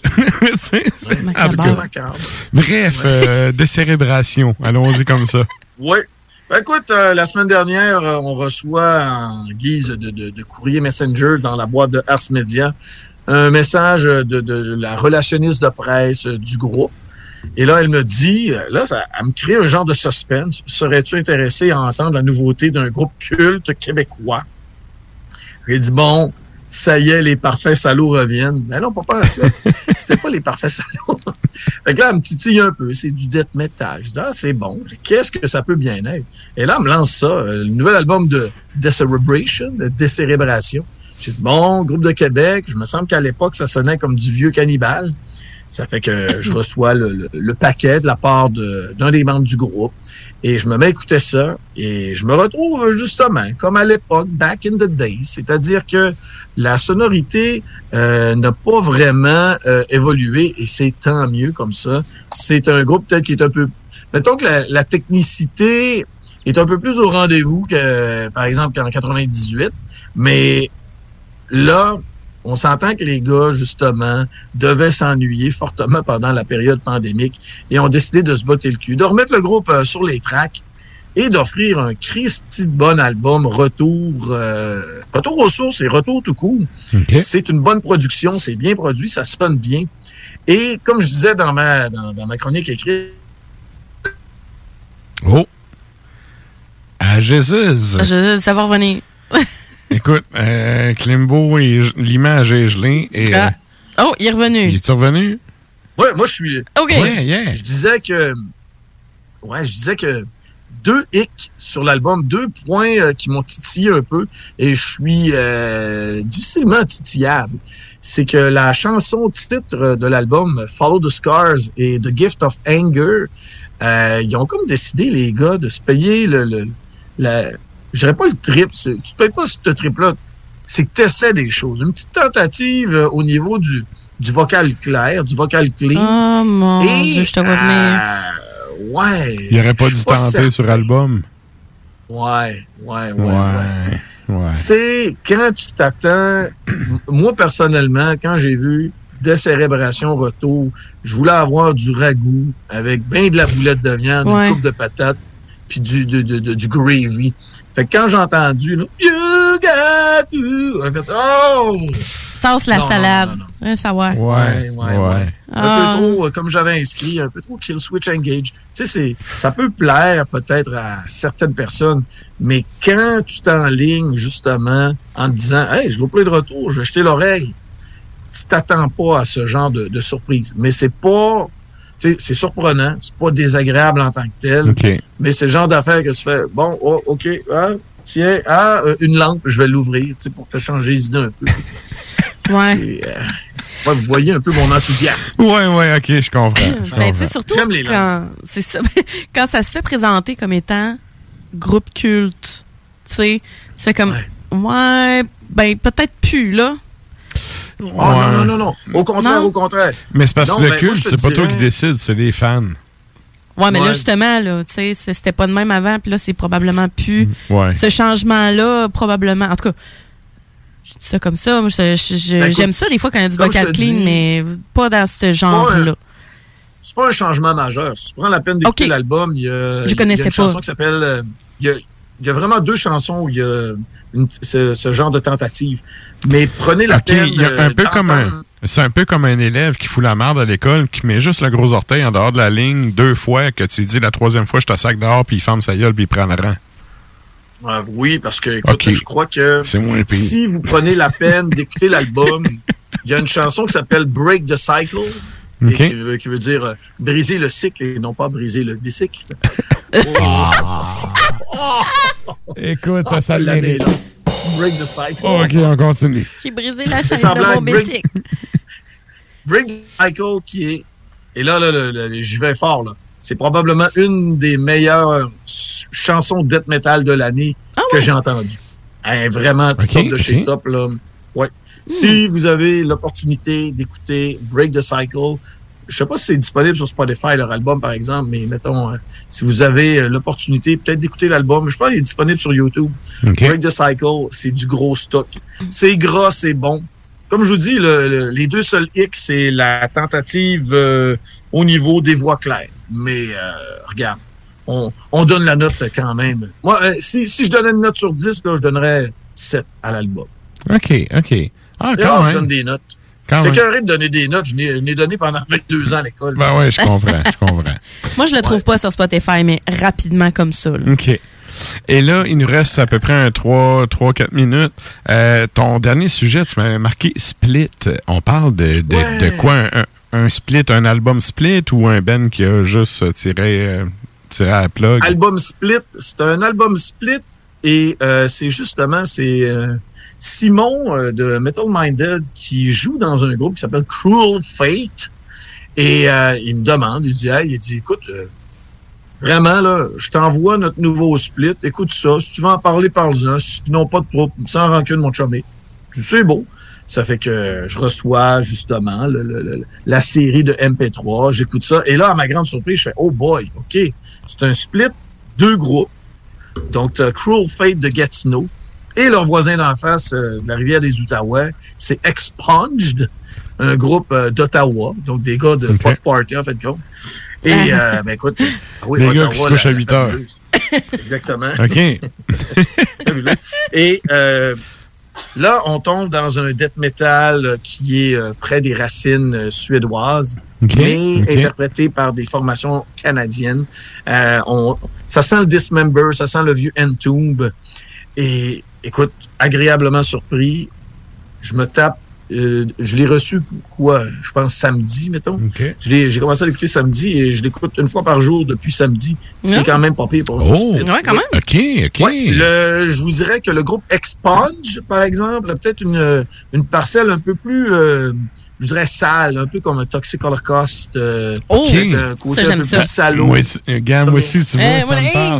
Macabre. Bref, décérébration. Allons-y comme ça. Oui. Ben, écoute, la semaine dernière, on reçoit en guise de courrier Messenger dans la boîte de Ars Media un message de la relationniste de presse du groupe. Et là, elle me dit, elle me crée un genre de suspense. Serais-tu intéressé à entendre la nouveauté d'un groupe culte québécois? J'ai dit, bon... Ça y est, les parfaits salauds reviennent. Ben non, pas peur. C'était pas les parfaits salauds. Fait que là, elle me titille un peu. C'est du death metal. Je dis, c'est bon. Qu'est-ce que ça peut bien être? Et là, elle me lance ça. Le nouvel album de Décérébration, de Décérébration. J'ai dit, bon, groupe de Québec. Je me semble qu'à l'époque, ça sonnait comme du vieux cannibale. Ça fait que je reçois le paquet de la part d'un des membres du groupe. Et je me mets à écouter ça. Et je me retrouve justement, comme à l'époque, back in the days. C'est-à-dire que la sonorité n'a pas vraiment évolué. Et c'est tant mieux comme ça. C'est un groupe peut-être qui est un peu... Mettons que la technicité est un peu plus au rendez-vous que, par exemple, qu'en 98. Mais là... On s'entend que les gars, justement, devaient s'ennuyer fortement pendant la période pandémique et ont décidé de se botter le cul, de remettre le groupe sur les tracks et d'offrir un Christy de bon album, retour aux sources et retour tout court. Okay. C'est une bonne production, c'est bien produit, ça sonne bien. Et comme je disais dans ma chronique écrite... Oh! À Jésus! Ça va revenir. Écoute, Klimbo, l'image est gelée. Et, oh, il est revenu. Il est revenu? Ouais, moi, je suis... OK. Ouais, yeah. Je disais que 2 hicks sur l'album, 2 points qui m'ont titillé un peu, et je suis difficilement titillable. C'est que la chanson titre de l'album, Follow the Scars et The Gift of Anger, ils ont comme décidé, les gars, de se payer je dirais pas le trip, tu te payes pas ce trip-là, c'est que tu essaies des choses. Une petite tentative au niveau du vocal clair, du vocal clean. Oh mon Dieu, je te vois venir. Ouais. Il aurait pas dû tenter sur album. Ouais. C'est quand tu t'attends... Moi, personnellement, quand j'ai vu Décérébration Retour, je voulais avoir du ragoût avec bien de la boulette de viande, une coupe de patates, puis du gravy. Fait que quand j'ai entendu, là, You got to... On a fait, oh! Tasse la salade. Non. Savoir. Ouais. Un peu trop, comme j'avais inscrit, un peu trop Kill Switch Engage. Tu sais, ça peut plaire peut-être à certaines personnes, mais quand tu t'enlignes justement en te disant, hey, je vais plein de retour, je vais jeter l'oreille, tu t'attends pas à ce genre de surprise. Mais c'est pas... Tu sais, c'est surprenant, c'est pas désagréable en tant que tel, mais c'est le genre d'affaire que tu fais, bon, oh, OK, tiens, une lampe, je vais l'ouvrir, tu sais, pour te changer les idées un peu. Ouais. Et, vous voyez un peu mon enthousiasme. Ouais, OK, je comprends. Tu sais, surtout quand ça se fait présenter comme étant groupe culte, tu sais, c'est comme, peut-être plus, là. Oh non. Au contraire. Mais c'est parce que le culte, c'est pas toi qui décides, c'est les fans. Ouais, mais là, justement, là, tu sais, c'était pas de même avant, puis là, c'est probablement plus... Ce changement-là, probablement... En tout cas, je dis ça comme ça. Moi, j'aime ça, des fois, quand il y a du vocal clean, mais pas dans ce genre-là. C'est pas un changement majeur. Si tu prends la peine d'écouter l'album, il y a une chanson qui s'appelle... Il y a vraiment 2 chansons où il y a ce genre de tentative. Mais prenez la peine... C'est un peu comme un élève qui fout la merde à l'école, qui met juste le gros orteil en dehors de la ligne 2 fois, que tu dis la 3e fois, je te sac dehors, puis il ferme sa gueule, puis il prend le rang. Oui, parce que je crois que si vous prenez la peine d'écouter l'album, il y a une chanson qui s'appelle Break the Cycle, qui veut dire briser le cycle et non pas briser le bicycle. Écoute, ça le mérite. Break the cycle. OK, on continue. Qui brisé la chaîne de mon bicycle. Break the cycle qui est... Et là, je vais fort, là. C'est probablement une des meilleures chansons de death metal de l'année que j'ai entendues. Vraiment top de chez top, là. Ouais. Si vous avez l'opportunité d'écouter Break the Cycle, je sais pas si c'est disponible sur Spotify, leur album, par exemple, mais mettons, si vous avez l'opportunité peut-être d'écouter l'album, je pense qu'il est disponible sur YouTube. Break the Cycle, c'est du gros stock. C'est gras, c'est bon. Comme je vous dis, les 2 seuls hicks, c'est la tentative au niveau des voix claires. Mais regarde, on donne la note quand même. Moi, si je donnais une note sur 10, là, je donnerais 7 à l'album. OK. C'est rare que je donne des notes. J'étais écœuré de donner des notes. Je n'ai donné pendant 22 ans à l'école. Ben ouais, je comprends. Moi, je le trouve pas sur Spotify, mais rapidement comme ça. Là. OK. Et là, il nous reste à peu près 3-4 minutes. Ton dernier sujet, tu m'avais marqué Split. On parle de quoi? Un split, un album split ou un band qui a juste tiré à la plug? Album split. C'est un album split et c'est justement... Simon de Metal Minded qui joue dans un groupe qui s'appelle Cruel Fate et il me demande, il dit écoute, vraiment là, je t'envoie notre nouveau split, écoute ça, si tu veux en parler, parle-en, sinon pas de trouble, sans rancune mon chumé. C'est beau. Ça fait que je reçois justement la série de MP3, j'écoute ça et là, à ma grande surprise, je fais oh boy, OK, c'est un split, 2 groupes. Donc, t'as Cruel Fate de Gatineau Et leur voisin d'en face de la rivière des Outaouais, c'est Expunged, un groupe d'Ottawa, donc des gars de Pot Party, en fait, de compte. Et, ben écoute, oui, des gars qui se couchent à 8 heures. Exactement. OK. Et là, on tombe dans un death metal qui est près des racines suédoises, mais interprété par des formations canadiennes. Ça sent le Dismember, ça sent le vieux Entomb. Et écoute, agréablement surpris. Je me tape. Je l'ai reçu, je pense samedi, mettons. J'ai commencé à l'écouter samedi et je l'écoute une fois par jour depuis samedi. Ce qui est quand même pas pire pour nous. Ouais, quand même. OK. Ouais, je vous dirais que le groupe Expunge, par exemple, a peut-être une parcelle un peu plus, je dirais, sale, un peu comme un Toxic Holocaust. Un côté un peu plus salaud. Moi aussi, tu vois, ça me parle.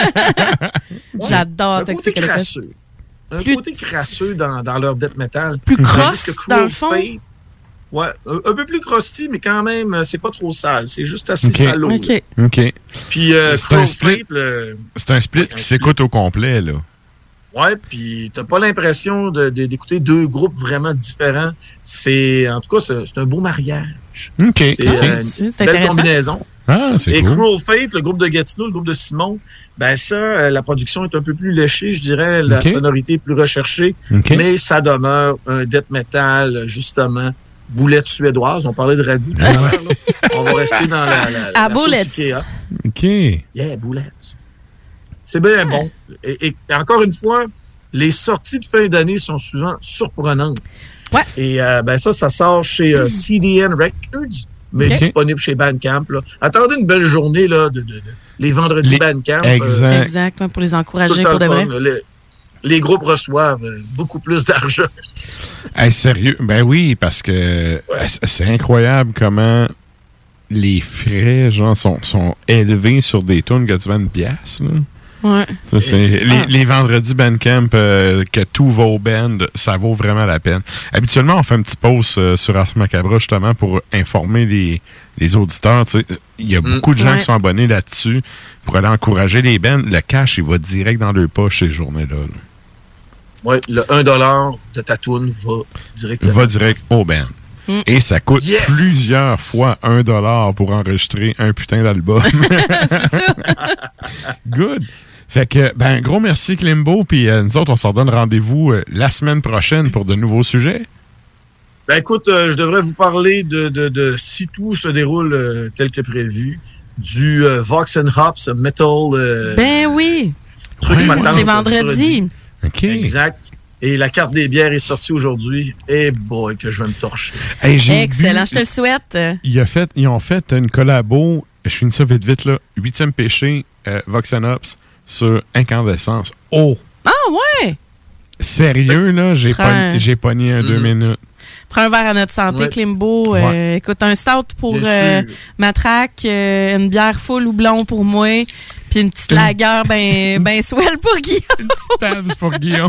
J'adore Toxic Holocaust. Un côté crasseux dans leur death metal. Plus cross, dans le fond. Ouais, un peu plus crusty, mais quand même, c'est pas trop sale. C'est juste assez salaud. OK. Puis, c'est un split. C'est un split qui s'écoute au complet, là. Ouais, puis t'as pas l'impression d'écouter deux groupes vraiment différents. En tout cas, c'est un beau mariage. OK. C'est une belle combinaison. Ah, c'est Et cool. Cruel Fate, le groupe de Gatineau, le groupe de Simon, ben ça, la production est un peu plus léchée, je dirais, la sonorité est plus recherchée, mais ça demeure un death metal, justement, boulette suédoise. On parlait de ragoût tout à l'heure, là. On va rester dans la boulette. sauce Ikea. OK. Yeah, boulette. C'est bien bon. Et encore une fois, les sorties de fin d'année sont souvent surprenantes. Ouais. Et ben ça sort chez CDN Records, mais disponible chez Bandcamp. Là. Attendez une belle journée là, les vendredis Bandcamp. Exact, pour les encourager pour de vrai. Les groupes reçoivent beaucoup plus d'argent. Hey, sérieux? Ben oui, parce que c'est incroyable comment les frais genre sont élevés sur des tunes que tu vends une pièce. Là. Ouais. Ça, les vendredis Bandcamp que tous vos bands, ça vaut vraiment la peine. Habituellement, on fait un petit post sur Ars Macabra justement pour informer les auditeurs. Il y a beaucoup de gens qui sont abonnés là-dessus pour aller encourager les bands. Le cash, il va direct dans leur poche ces journées-là. Oui, le 1$ de ta toune va direct au band. Et ça coûte plusieurs fois 1$ pour enregistrer un putain d'album. Good. Fait que, ben, gros merci Klimbo, puis nous autres, on s'en donne rendez-vous la semaine prochaine pour de nouveaux sujets. Ben écoute, je devrais vous parler de si tout se déroule tel que prévu, du Vox and Hops Metal. Ben oui! Truc matin. C'est vendredi. OK. Exact. Et la carte des bières est sortie aujourd'hui. Et boy, que je vais me torcher. Hey, excellent, je te le souhaite. Ils ont fait une collabo, je finis ça vite, là, 8e péché, Vox and Hops, sur Incandescence. Oh! Ah ouais! Sérieux, là, j'ai pogné 2 minutes. Prends un verre à notre santé, Klimbo. Écoute, un stout pour Matraque, une bière full houblon pour moi, puis une petite lagueur ben swell pour Guillaume. Une petite table pour Guillaume.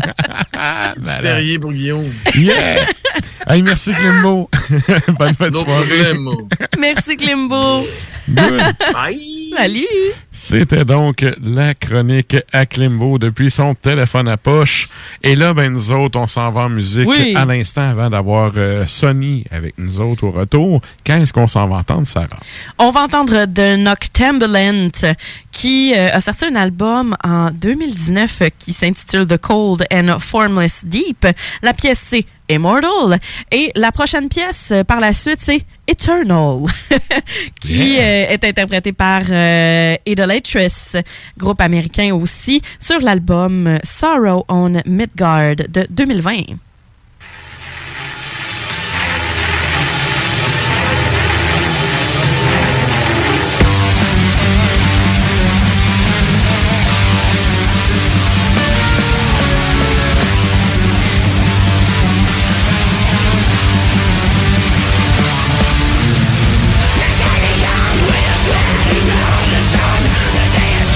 Petit Perrier pour Guillaume. Yeah! Hey, merci Klimbo. Bonne fin de soirée. Merci Klimbo. Good. Bye! Salut! C'était donc la chronique à Klimbo depuis son téléphone à poche. Et là, ben nous autres, on s'en va en musique à l'instant avant d'avoir Sonny avec nous autres au retour. Qu'est-ce qu'on s'en va entendre, Sarah? On va entendre The Noctambulent qui a sorti un album en 2019 qui s'intitule The Cold and Formless Deep. La pièce, c'est Immortal. Et la prochaine pièce, par la suite, c'est Eternal, qui est interprétée par Idolatrous, groupe américain aussi, sur l'album Sorrow on Midgard de 2020.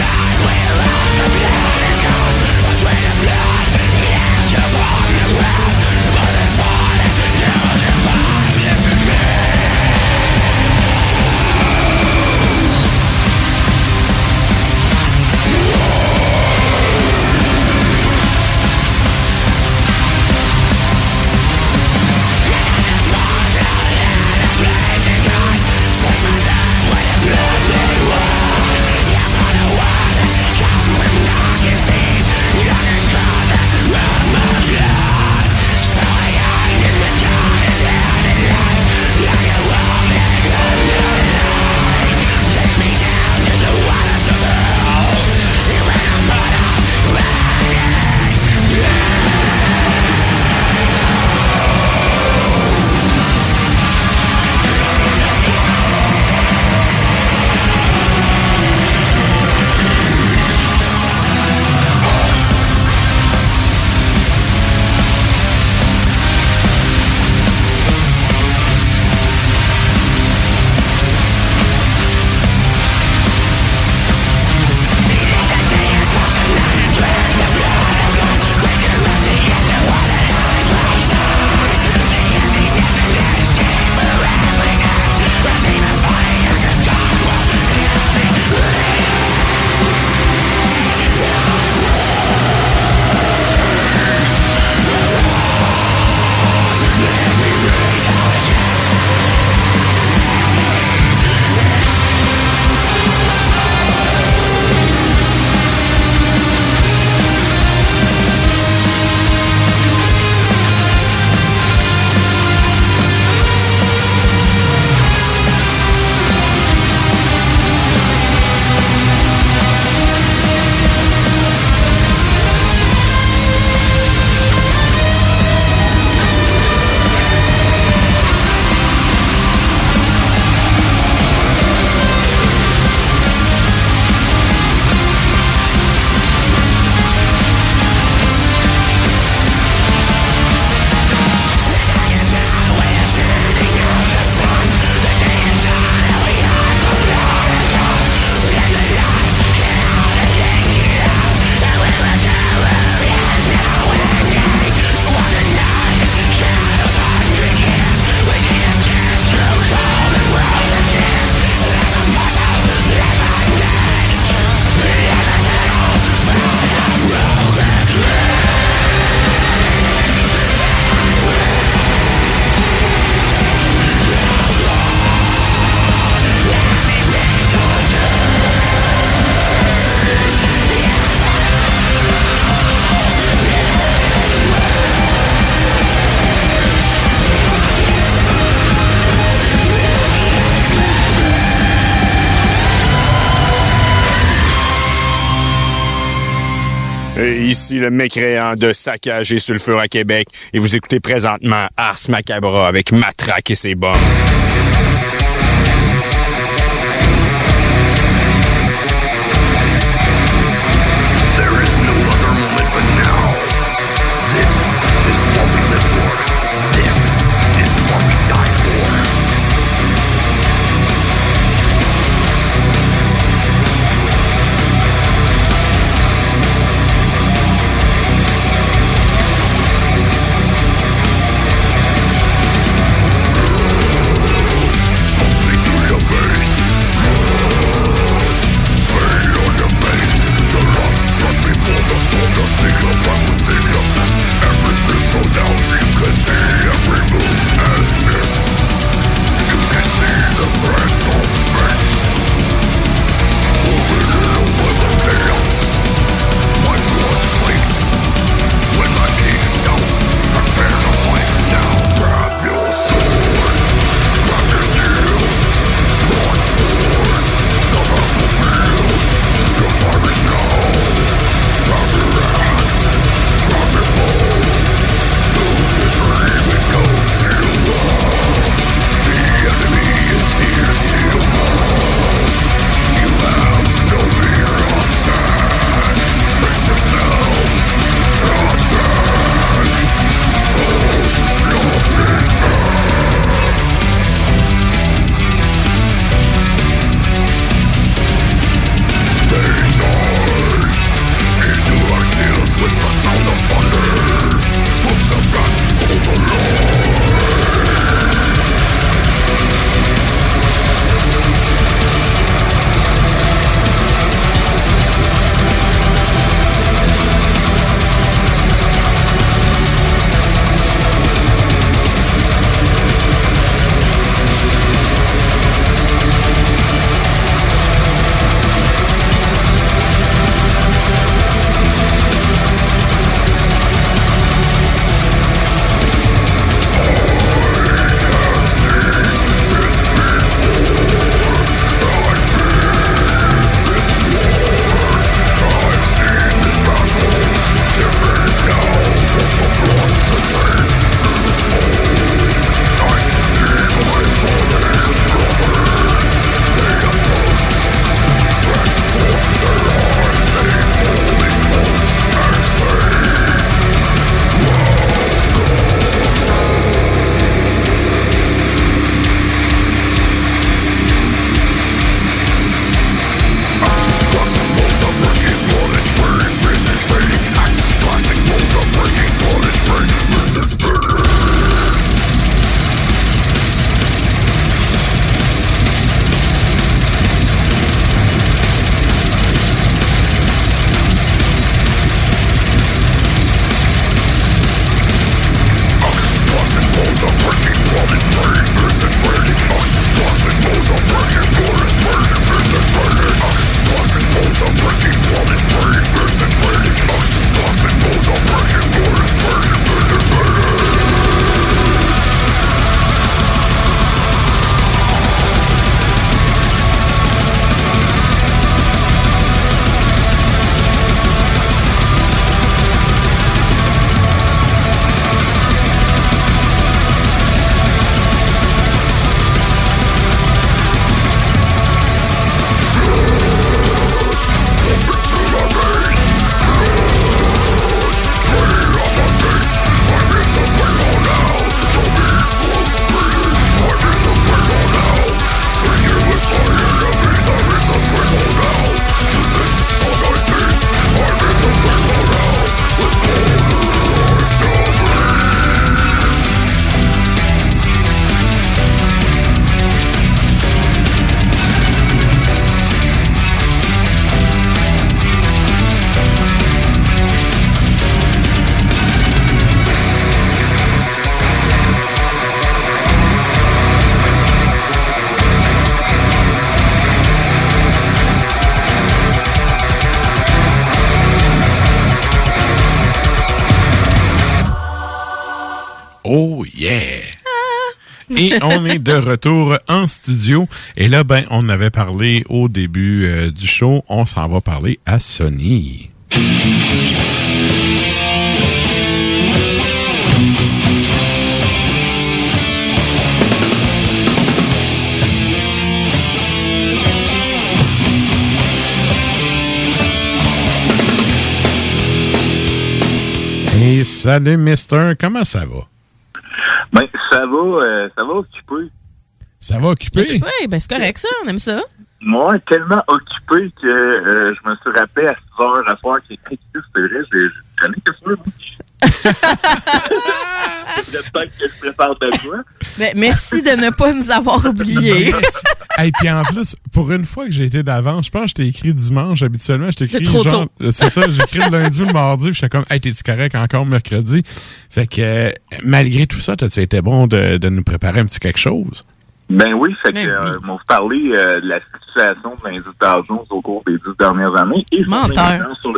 Blood, Ici le mécréant de Saccage et Sulfure à Québec et vous écoutez présentement Ars Macabra avec Matraque et ses bombes. Oh yeah! Et on est de retour en studio. Et là, ben, on avait parlé au début du show. On s'en va parler à Sony. Salut, Mister. Comment ça va? Ben, ça va occupé. Ça va occupé? Oui, ben c'est correct ça, on aime ça. Moi, tellement occupé que je me suis rappelé à 6 heures à soir qui est c'est vrai, j'ai jamais que ça. J'espère que je prépare de quoi. Ben, merci de ne pas nous avoir oubliés. Et puis en plus, pour une fois que j'ai été d'avance, je pense que je t'ai écrit dimanche. Habituellement, je t'écris trop genre... tôt. C'est ça, j'écris le lundi ou le mardi, puis j'étais comme, hey, t'es-tu correct encore mercredi? Fait que, malgré tout ça, t'as-tu été bon de nous préparer un petit quelque chose? Ben oui, fait que m'ont parlé de la situation de l'Indice Jones au cours des 10 dernières années. Et menteur. Sur le...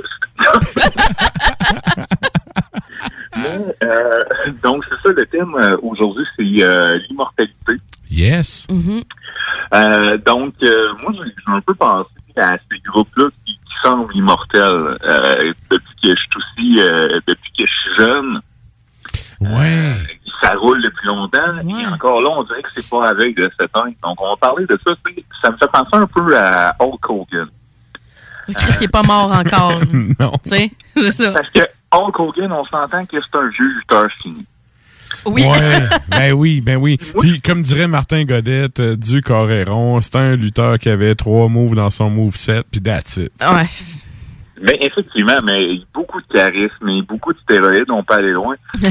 Mais, donc, c'est ça le thème aujourd'hui, c'est l'immortalité. Yes. Donc, moi, j'ai un peu pensé à ces groupes-là qui semblent immortels depuis que je suis aussi, depuis que je suis jeune. Ouais. Ça roule depuis longtemps. Ouais. Et encore là, on dirait que c'est pas avec de cette année. Donc, on va parler de ça. Ça me fait penser un peu à Hulk Hogan. Chris, il est pas mort encore. Non. Tu sais, c'est ça. Parce que Hulk Hogan, on s'entend que c'est un vieux lutteur fini. Oui. Ouais, ben oui. Puis, comme dirait Martin Godette, du Coréron, c'est un lutteur qui avait 3 moves dans son moveset, puis that's it. Ouais. Ben, effectivement, mais beaucoup de charisme et beaucoup de stéroïdes, on peut aller loin. Fait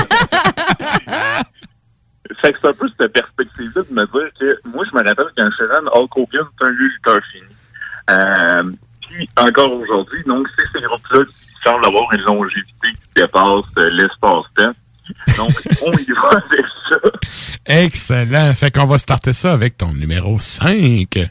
que c'est un peu cette perspective-là de me dire que moi, je me rappelle qu'un jeune, Hulk Hogan, c'est un vieux lutteur fini. Puis, encore aujourd'hui, donc, c'est ces groupes-là qui semblent avoir une longévité qui dépasse l'espace-temps. Donc, on y va avec ça. Excellent. Fait qu'on va starter ça avec ton numéro 5.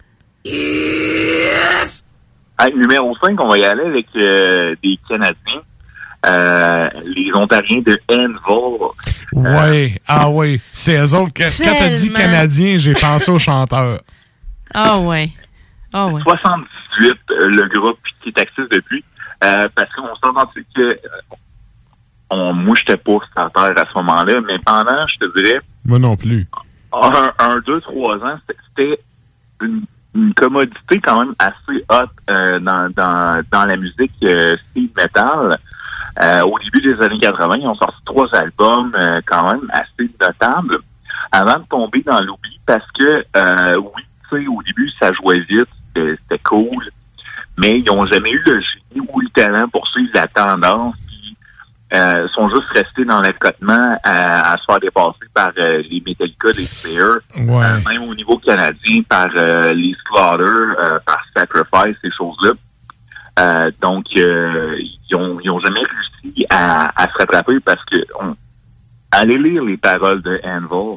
Yes! Numéro 5, on va y aller avec des Canadiens. Les Ontariens de Envol. Ouais, oui. C'est eux autres. Quand t'as dit Canadien, j'ai pensé aux chanteurs. Ah ouais. 78, le groupe qui est actif depuis. Parce qu'on s'entend que moi, j'étais pas starter à ce moment-là, mais pendant, je te dirais... Moi non plus. 2, 3 ans, c'était une commodité quand même assez haute dans la musique speed metal. Au début des années 80, ils ont sorti 3 albums quand même assez notables avant de tomber dans l'oubli parce que, oui, tu sais, au début, ça jouait vite, c'était cool, mais ils n'ont jamais eu le génie ou le talent pour suivre la tendance. Sont juste restés dans l'accotement à se faire dépasser par les Metallica, les Slayer, même au niveau canadien par les Slaughter, par Sacrifice, ces choses-là. Donc, ils ont jamais réussi à se rattraper parce que allez lire les paroles de Anvil.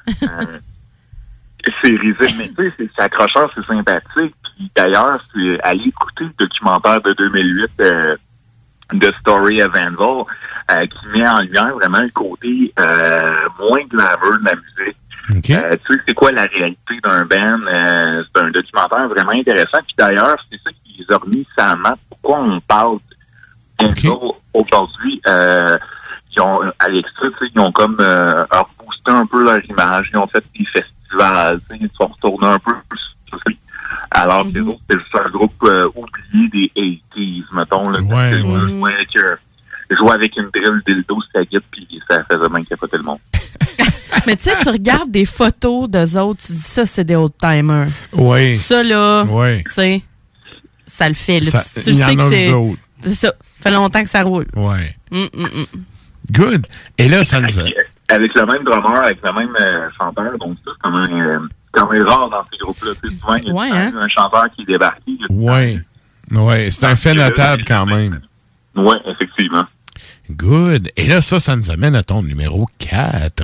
C'est risible, mais tu sais, c'est accrocheur, c'est sympathique. Puis d'ailleurs, c'est aller écouter le documentaire de 2008 The Story of Anvil, qui met en lumière vraiment le côté moins glamour de la musique. Okay. Tu sais, c'est quoi la réalité d'un band? C'est un documentaire vraiment intéressant. Puis d'ailleurs, c'est ça qui les a remis sur la map. Pourquoi on parle d'Anvil aujourd'hui? Ils ont, à l'extrait, ils ont comme reboosté un peu leur image. Ils ont fait des festivals. Ils sont retournés un peu plus. Alors que les autres, c'était juste un groupe oublié des 80s, mettons. Là, jouer avec une drill dildo sur sa guitare, puis ça faisait même capoter le monde. Mais tu sais, tu regardes des photos d'eux autres, tu dis ça, c'est des old-timers. Oui. Ça, là, tu sais, ça le fait. Là. Tu sais que c'est ça. Ça fait longtemps que ça roule. Oui. Good. Et là, ça nous a... Avec le même drummer, avec le même chanteur, donc ça, c'est quand même rare dans ces groupes-là. Tu sais, souvent, il y a un chanteur qui est débarqué. Oui. C'est un fait notable quand même. Oui, effectivement. Good. Et là, ça nous amène à ton numéro 4.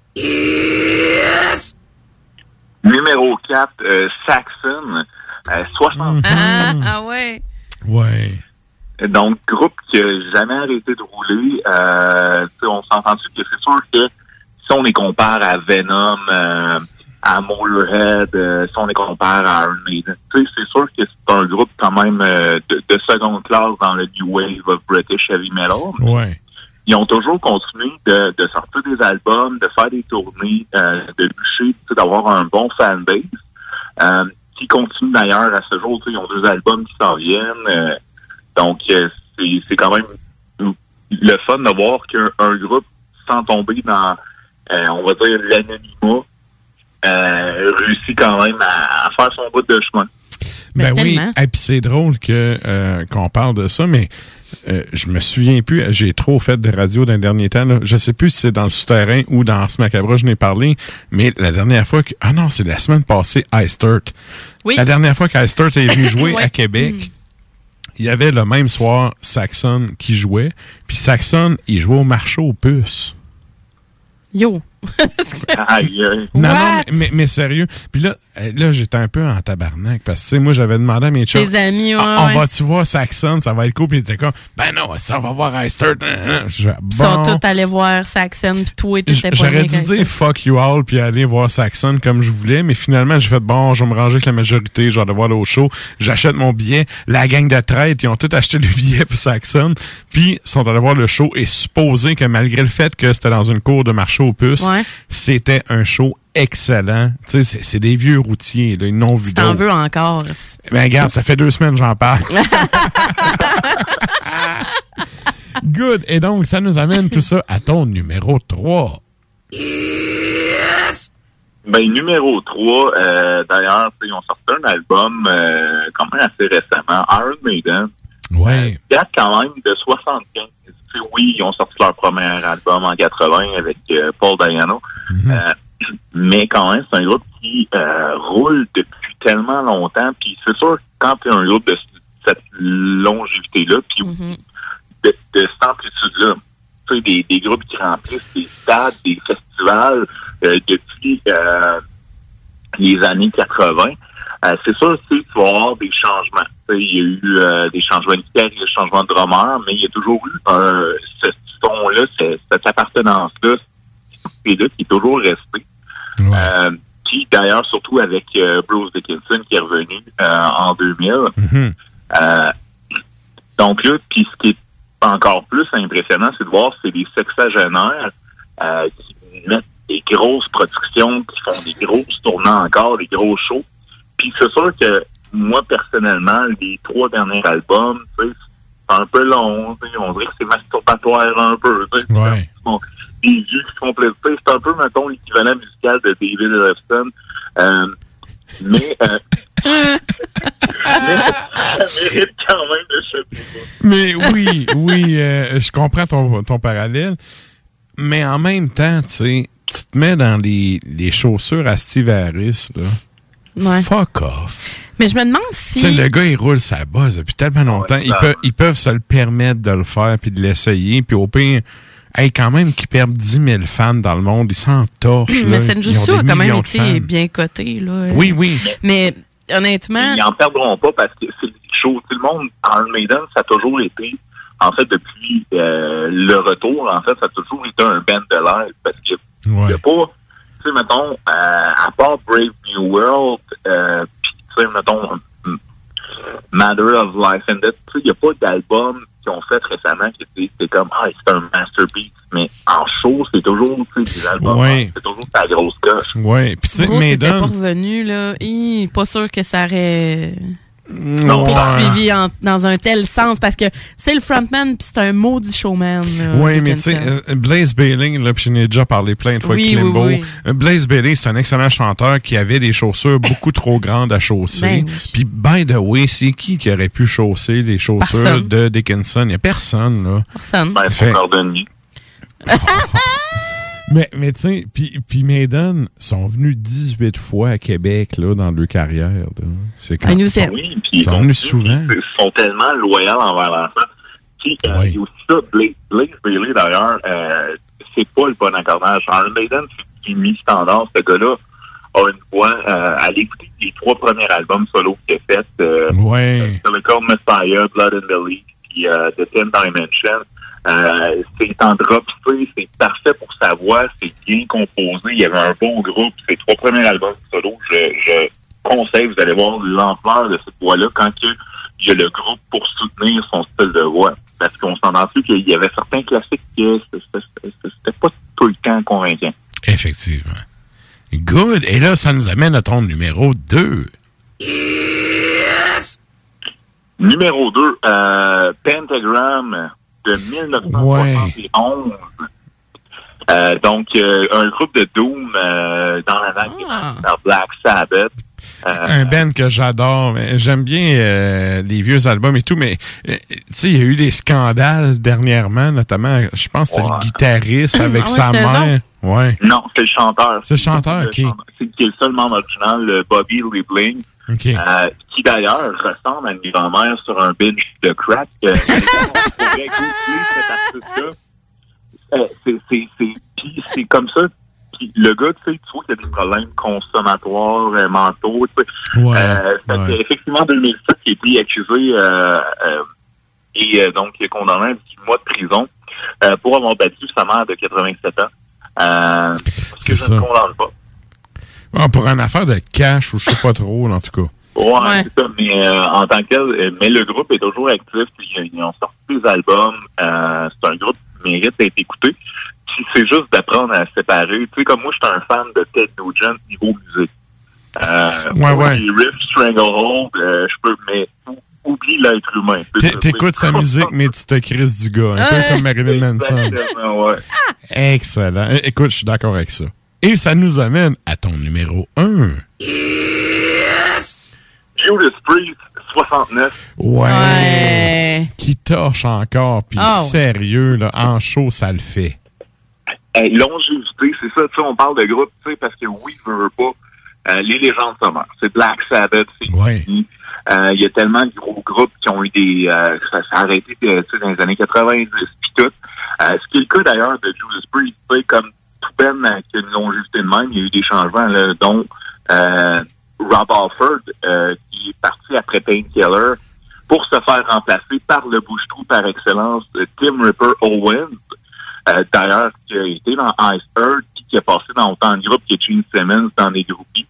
Yes! Numéro 4, Saxon, 65. Ah ouais. Ouais. Donc, groupe qui n'a jamais arrêté de rouler. On s'entend-tu que c'est sûr que si on les compare à Venom, à Motorhead, si on les compare à Iron Maiden, c'est sûr que c'est un groupe quand même de seconde classe dans le New Wave of British Heavy Metal. Ouais. Ils ont toujours continué de sortir des albums, de faire des tournées, de bûcher, d'avoir un bon fanbase, qui continue d'ailleurs à ce jour. Ils ont 2 albums qui s'en viennent. Donc, c'est quand même le fun de voir qu'un groupe, sans tomber dans, on va dire, l'anonymat, réussit quand même à faire son bout de chemin. Ben oui, et puis c'est drôle qu'on parle de ça, mais je me souviens plus, j'ai trop fait de radio dans les derniers temps, là. Je sais plus si c'est dans le souterrain ou dans Ars Macabra, je n'ai parlé, mais la dernière fois que... Ah non, c'est la semaine passée, iSturt. Oui. La dernière fois qu'iSturt est venu jouer à Québec, il y avait le même soir Saxon qui jouait, puis Saxon, il jouait au marché aux puces. Yo! Non, mais sérieux. Puis là, j'étais un peu en tabarnak parce que, tu sais, moi, j'avais demandé à mes chums. Tes amis, on va-tu voir Saxon? Ça va être cool. Puis ils étaient comme, ben non, ça, on va voir iSturt. Ils sont tous allés voir Saxon, puis toi, t'étais pas J'aurais dû dire fuck you all, puis aller voir Saxon comme je voulais, mais finalement, j'ai fait, bon, je vais me ranger avec la majorité, je vais aller voir le show. J'achète mon billet. La gang de traite, ils ont tous acheté le billet pour Saxon, puis sont allés voir le show et supposé que malgré le fait que c'était dans une cour de marché aux puces, c'était un show excellent. Tu sais, c'est des vieux routiers, là, ils n'ont vu d'autres. T'en veux encore. Ben regarde, ça fait 2 semaines que j'en parle. Good. Et donc, ça nous amène tout ça à ton numéro 3. Yes! Ben, numéro 3, d'ailleurs, ils ont sorti un album quand même assez récemment, Iron Maiden. Ouais. Date quand même de 75. Oui, ils ont sorti leur premier album en 80 avec Paul Diano. Mais quand même, c'est un groupe qui roule depuis tellement longtemps. Puis c'est sûr, quand tu es un groupe de cette longévité-là, puis de cette amplitude-là, tu sais, des groupes qui remplissent des stades, des festivals depuis les années 80, c'est sûr que tu vas avoir des changements. Il y a eu des changements de guitare, des changements de drummer, mais il y a toujours eu ce son-là, cette appartenance-là, qui est toujours resté. Puis d'ailleurs, surtout avec Bruce Dickinson qui est revenu en 2000. Donc là, puis ce qui est encore plus impressionnant, c'est de voir c'est des sexagénaires qui mettent des grosses productions, qui font des grosses tournées encore, des gros shows. Puis c'est sûr que moi, personnellement, les 3 derniers albums, tu sais, c'est un peu long, on dirait que c'est masturbatoire un peu, tu sais. Des yeux qui font plaisir. C'est un peu, mettons, l'équivalent musical de David Ellefson. Mais ça mérite quand même de choper. Mais oui, je comprends ton parallèle. Mais en même temps, tu sais, tu te mets dans les chaussures à Steve Harris, là. Ouais. Fuck off. Mais je me demande si... T'sais, le gars, il roule sa bosse depuis tellement longtemps. Ils peuvent se le permettre de le faire puis de l'essayer. Puis au pire, quand même qu'ils perdent 10 000 fans dans le monde, ils s'en torchent. Mais Senjutsu a quand même été bien coté. Là. Oui. Mais honnêtement... Ils n'en perdront pas parce que c'est chaud. Tout le monde, Iron Maiden, ça a toujours été... En fait, depuis le retour, en fait, ça a toujours été un band de l'air. Parce qu'il n'y a pas... Tu sais, mettons, à part Brave New World, puis, tu sais, mettons, Matter of Life and Death, tu sais, il n'y a pas d'album qu'ils ont fait récemment qui était comme, c'est un masterpiece. Mais en show, c'est toujours, tu sais, des albums, c'est toujours ta grosse coche. Oui, puis tu sais, Maiden... pas revenu, là. Pas sûr que ça aurait... poursuivi dans un tel sens parce que c'est le frontman puis c'est un maudit showman. Oui, mais tu sais, Blaze Bayley, là, puis je n'ai déjà parlé plein de fois avec Klimbo. Blaze Bayley, c'est un excellent chanteur qui avait des chaussures beaucoup trop grandes à chausser. Puis, by the way, c'est qui aurait pu chausser les chaussures de Dickinson? Il n'y a personne, là. Personne. Son cordonnier. Mais tu sais, puis Maiden sont venus 18 fois à Québec là dans leur carrière. Là. C'est quand ils sont venus souvent. Ils sont tellement loyaux envers l'enfant. Puis il y a aussi ça, Blaze Bayley d'ailleurs, c'est pas le bon accordage. Iron Maiden, c'est mis standard. Ce gars-là a une voix. Allez écouter les 3 premiers albums solo qu'il a fait. Silicon Messiah, Blood and Belly, puis The 10 Dimension. C'est en drop C, c'est parfait pour sa voix, c'est bien composé, il y avait un bon groupe, ses 3 premiers albums solo, je conseille, vous allez voir l'ampleur de cette voix-là quand il y a le groupe pour soutenir son style de voix. Parce qu'on s'entend plus qu'il y avait certains classiques que c'était pas tout le temps convaincant. Effectivement. Good. Et là, ça nous amène à ton numéro 2. Yes! Numéro 2, Pentagram. de 1971. Donc, un groupe de Doom dans la vague par Black Sabbath. Un band que j'adore. J'aime bien les vieux albums et tout, mais tu sais, il y a eu des scandales dernièrement, notamment, je pense que c'est le guitariste avec sa mère. Ouais. Non, c'est le chanteur. C'est le chanteur, OK. C'est qui est le seul membre original, Bobby Liebling, qui d'ailleurs ressemble à une grand-mère sur un binge de crack. On pourrait googler cet artiste-là. C'est comme ça. Puis le gars, tu sais, tu vois qu'il y a des problèmes consommatoires, mentaux. Effectivement, en 2007, il a été accusé et donc il est condamné à 10 mois de prison pour avoir battu sa mère de 87 ans. C'est ça. Je ne condamne pas. Ah, pour une affaire de cash ou je sais pas trop, en tout cas. Ouais. C'est ça. Mais en tant que tel, mais le groupe est toujours actif. Ils ont sorti des albums. C'est un groupe qui mérite d'être écouté. Puis c'est juste d'apprendre à séparer. Tu sais, comme moi, je suis un fan de Ted Nugent niveau musique. Les riffs, Stranglehold, je peux, mais oublie l'être humain. T'écoutes sa musique, mais tu te crises du gars. Un peu comme Marilyn Manson. Exactement, ouais. Excellent. Écoute, je suis d'accord avec ça. Et ça nous amène à ton numéro 1. Judas Priest, 69. Ouais. Qui torche encore, puis sérieux, là, en show, ça le fait. Longévité, c'est ça, tu sais, on parle de groupe, tu sais, parce que oui, je veux pas, les légendes sommaires, c'est Black Sabbath, c'est il y a tellement de gros groupes qui ont eu des, ça s'est arrêté, tu sais, dans les années 90, puis tout. Ce qui est le cas d'ailleurs de Judas Priest, tu sais, comme tout Ben qui a une longévité de même, il y a eu des changements, là, dont Rob Halford, qui est parti après Painkiller pour se faire remplacer par le bouche-trou par excellence, Tim Ripper Owens. D'ailleurs, qui a été dans Ice Earth, puis qui a passé dans autant de groupes que Gene Simmons dans les groupies.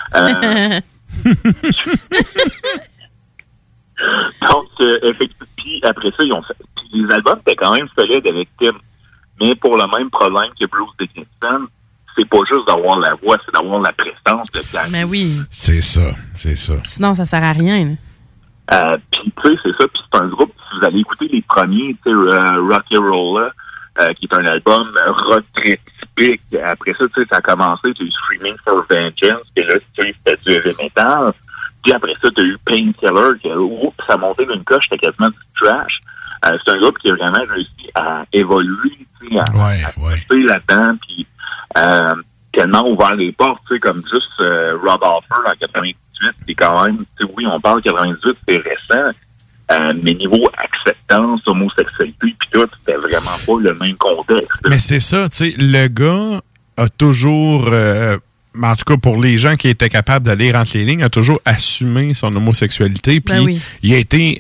Donc, effectivement, puis après ça, ils ont fait. Puis les albums étaient quand même solides avec Tim. Mais pour le même problème que Bruce Dickinson, c'est pas juste d'avoir la voix, c'est d'avoir la prestance de Pierre. Mais oui. C'est ça. Sinon, ça sert à rien. Puis, tu sais, c'est ça. Puis c'est un groupe, si vous allez écouter les premiers, tu sais, Rocky Rolla, qui est un album rock très typique. Après ça, tu sais, ça a commencé, tu as eu Screaming for Vengeance, puis là, tu sais, c'était du heavy metal. Puis après ça, tu as eu Painkiller, qui ça montait d'une coche, c'était quasiment du trash. C'est un groupe qui a vraiment réussi à évoluer, tu sais, à passer là-dedans, puis tellement ouvert les portes, tu sais, comme juste Rob Halford en 98, c'est quand même, tu sais, oui, on parle 98, c'est récent, mais niveau acceptance, homosexualité, puis tout, c'était vraiment pas le même contexte. Mais c'est ça, tu sais, le gars a toujours, en tout cas pour les gens qui étaient capables de lire entre les lignes, a toujours assumé son homosexualité, puis il a été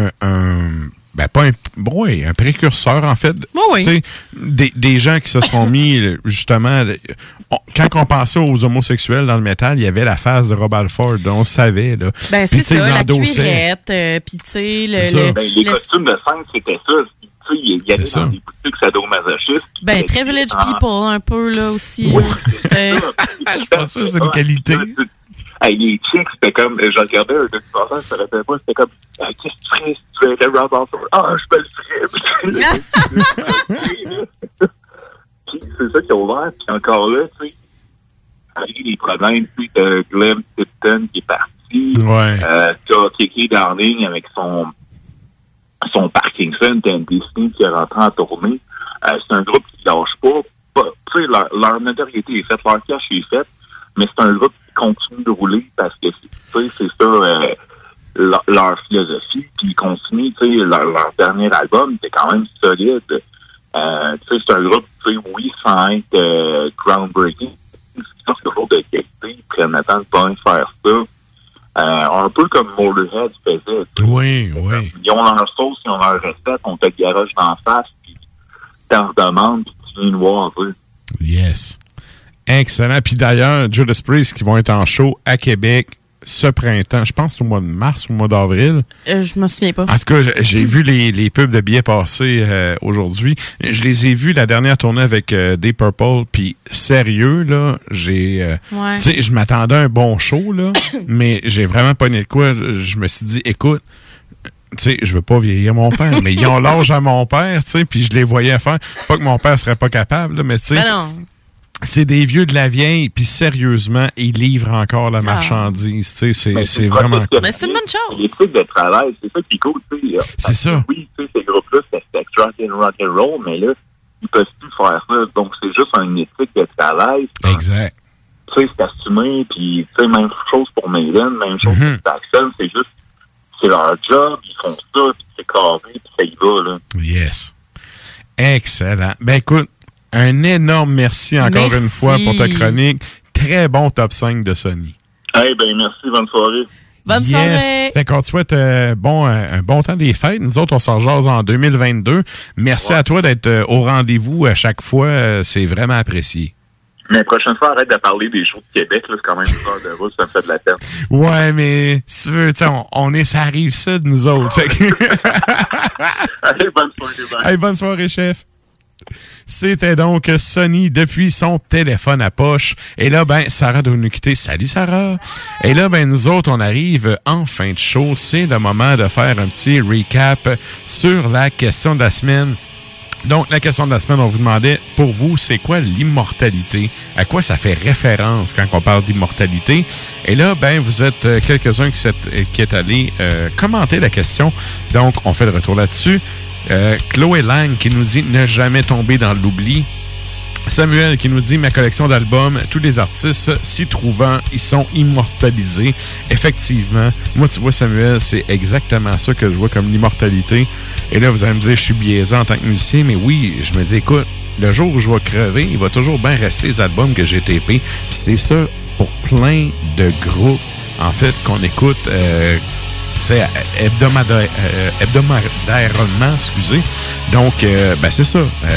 pas un précurseur, en fait. Oui. Tu sais, des gens qui se sont mis, justement, quand on pensait aux homosexuels dans le métal, il y avait la phase de Rob Halford, on savait, là. Ben, c'est ça, la cuirette, puis tu sais, les costumes de scène, c'était ça. Tu sais, il y avait dans des boutiques sadomasochistes. Ben, très Village People, un peu, là, aussi. Oui, je pense que c'est une qualité. Hey, les chicks, c'était comme, je regardais un documentaire, ça rappelle pas, c'était comme, qu'est-ce que tu ferais si tu étais Rob Halford? Ah, je me le ferais. Puis c'est ça qui a ouvert, puis encore là, tu sais, avec les problèmes, puis de Glenn Tipton qui est parti, t'as Kiki Darling avec son Parkinson, t'as une Disney qui est rentré en tournée. C'est un groupe qui lâche pas. Tu sais, leur notoriété est faite, leur cash est fait, mais c'est un groupe qui continue de rouler parce que, tu sais, c'est ça, leur philosophie, puis ils continuent, tu sais, leur dernier album était quand même solide. Tu sais, c'est un groupe, tu sais, oui, sans être groundbreaking, c'est toujours de qualité, ils prennent le temps de bien faire ça. Un peu comme Motorhead faisait. Oui. Ils ont leur sauce, ils ont leur recette, on te garage d'en face, puis t'en redemandes, puis tu viens de voir, tu sais. Yes. Excellent. Puis d'ailleurs, Judas Priest qui vont être en show à Québec ce printemps. Je pense au mois de mars ou au mois d'avril. Je me souviens pas. En tout cas, j'ai vu les pubs de billets passer aujourd'hui. Je les ai vus la dernière tournée avec Deep Purple. Puis sérieux, là, j'ai... tu sais, je m'attendais à un bon show, là, mais j'ai vraiment pogné de quoi. Je me suis dit, écoute, tu sais, je veux pas vieillir mon père, mais ils ont l'âge à mon père, tu sais, puis je les voyais faire. Pas que mon père serait pas capable, là, mais tu sais... Ben non. C'est des vieux de la vieille, puis sérieusement, ils livrent encore la marchandise. Tu sais, c'est vraiment cool. Mais c'est une bonne chose. L'éthique de travail, c'est ça qui est cool. Tu sais. C'est ça. Oui, tu sais, ces groupes-là, c'était rock and roll, mais là, ils peuvent plus faire ça. Donc, c'est juste une éthique de travail. Exact. Tu sais, c'est assumé, puis tu sais, même chose pour Maiden, même chose pour Saxon, c'est juste, c'est leur job, ils font ça, puis c'est carré, puis ça y va, là. Yes. Excellent. Ben écoute, un énorme merci encore une fois pour ta chronique. Très bon top 5 de Sony. Eh ben merci, bonne soirée. Bonne soirée. Fait qu'on te souhaite un bon temps des fêtes. Nous autres, on s'en jase en 2022. Merci à toi d'être au rendez-vous à chaque fois. C'est vraiment apprécié. Mais la prochaine fois, arrête de parler des shows de Québec. Là, c'est quand même une heure de route, ça me fait de la peine. Ouais, mais si tu veux, on est ça arrive ça de nous autres. Fait que... Allez, bonne soirée. Hey, bonne soirée, chef. C'était donc Sony depuis son téléphone à poche. Et là, ben, Sarah doit nous quitter. Salut, Sarah! Et là, ben, nous autres, on arrive en fin de show. C'est le moment de faire un petit recap sur la question de la semaine. Donc, la question de la semaine, on vous demandait, pour vous, c'est quoi l'immortalité? À quoi ça fait référence quand on parle d'immortalité? Et là, ben, vous êtes quelques-uns qui est allé commenter la question. Donc, on fait le retour là-dessus. Chloé Lang qui nous dit « Ne jamais tomber dans l'oubli ». Samuel qui nous dit « Ma collection d'albums, tous les artistes s'y trouvant, ils sont immortalisés. » Effectivement, moi tu vois Samuel, c'est exactement ça que je vois comme l'immortalité. Et là vous allez me dire « Je suis biaisé en tant que musicien », mais oui, je me dis « Écoute, le jour où je vais crever, il va toujours bien rester les albums que j'ai tapés. » Puis c'est ça pour plein de groupes, en fait, qu'on écoute... hebdomadairement, excusez. Donc, ben c'est ça.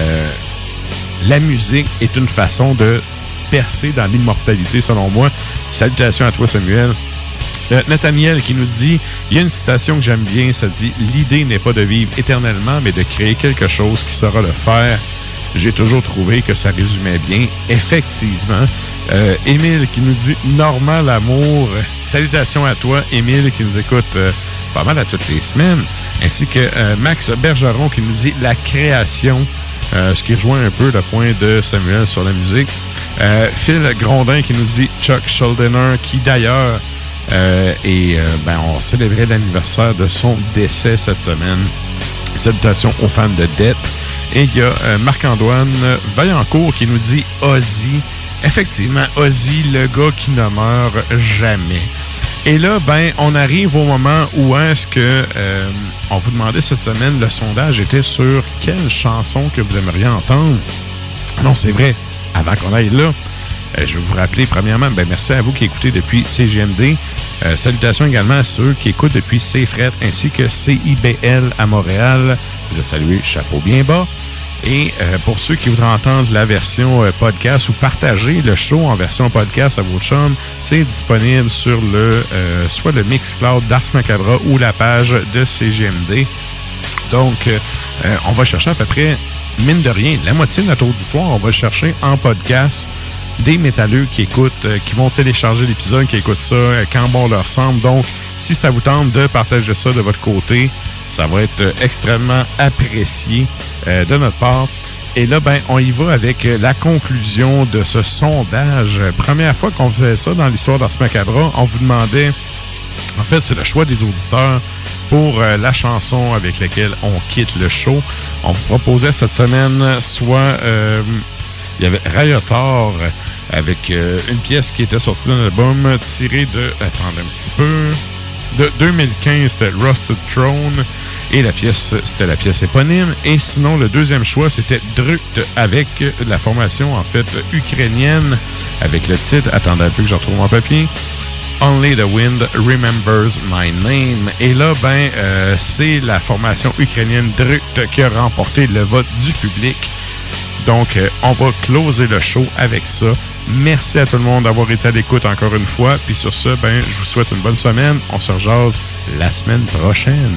La musique est une façon de percer dans l'immortalité, selon moi. Salutations à toi, Samuel. Nathaniel qui nous dit, il y a une citation que j'aime bien, ça dit « L'idée n'est pas de vivre éternellement, mais de créer quelque chose qui saura le faire. » J'ai toujours trouvé que ça résumait bien. Effectivement. Émile qui nous dit « Normand l'amour ». Salutations à toi, Émile, qui nous écoute pas mal à toutes les semaines. Ainsi que Max Bergeron qui nous dit « La création ». Ce qui rejoint un peu le point de Samuel sur la musique. Phil Grondin qui nous dit « Chuck Schuldiner », qui d'ailleurs... on célébrait l'anniversaire de son décès cette semaine. Salutations aux fans de Dette. Et il y a Marc-Antoine Vaillancourt qui nous dit Ozzy. Effectivement, Ozzy, le gars qui ne meurt jamais. Et là, ben, on arrive au moment où est-ce que on vous demandait cette semaine, le sondage était sur quelle chanson que vous aimeriez entendre. Non, c'est vrai. Avant qu'on aille là, je vais vous rappeler, premièrement, ben, merci à vous qui écoutez depuis CGMD. Salutations également à ceux qui écoutent depuis CFRET ainsi que CIBL à Montréal. Vous êtes salués, chapeau bien bas. Et pour ceux qui voudraient entendre la version podcast ou partager le show en version podcast à vos chums, c'est disponible sur soit le Mixcloud d'Ars Macabra ou la page de CGMD. Donc, on va chercher à peu près, mine de rien, la moitié de notre auditoire, on va chercher en podcast des métalleux qui écoutent, qui vont télécharger l'épisode, qui écoutent ça quand bon leur semble. Donc, si ça vous tente de partager ça de votre côté, ça va être extrêmement apprécié de notre part. Et là, ben, on y va avec la conclusion de ce sondage. Première fois qu'on faisait ça dans l'histoire d'Ars Macabra, on vous demandait, en fait, c'est le choix des auditeurs pour la chanson avec laquelle on quitte le show. On vous proposait cette semaine soit... il y avait Riotor avec une pièce qui était sortie d'un album tiré de... Attendez un petit peu... De 2015, c'était Rusted Throne. Et la pièce, c'était la pièce éponyme. Et sinon, le deuxième choix, c'était Drukt avec la formation, en fait, ukrainienne. Avec le titre... Attendez un peu que je retrouve mon papier. Only the Wind Remembers My Name. Et là, ben, c'est la formation ukrainienne Drukt qui a remporté le vote du public. Donc, on va closer le show avec ça. Merci à tout le monde d'avoir été à l'écoute encore une fois. Puis sur ce, ben, je vous souhaite une bonne semaine. On se rejase la semaine prochaine.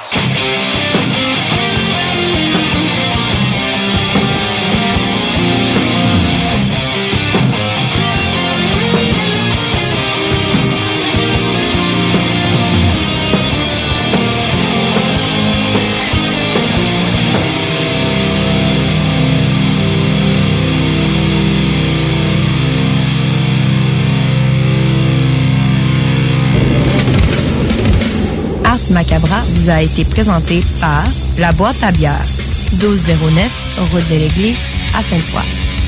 Ars Macabra vous a été présenté par La Boîte à bière, 1209, route de l'Église, à Sainte-Foy.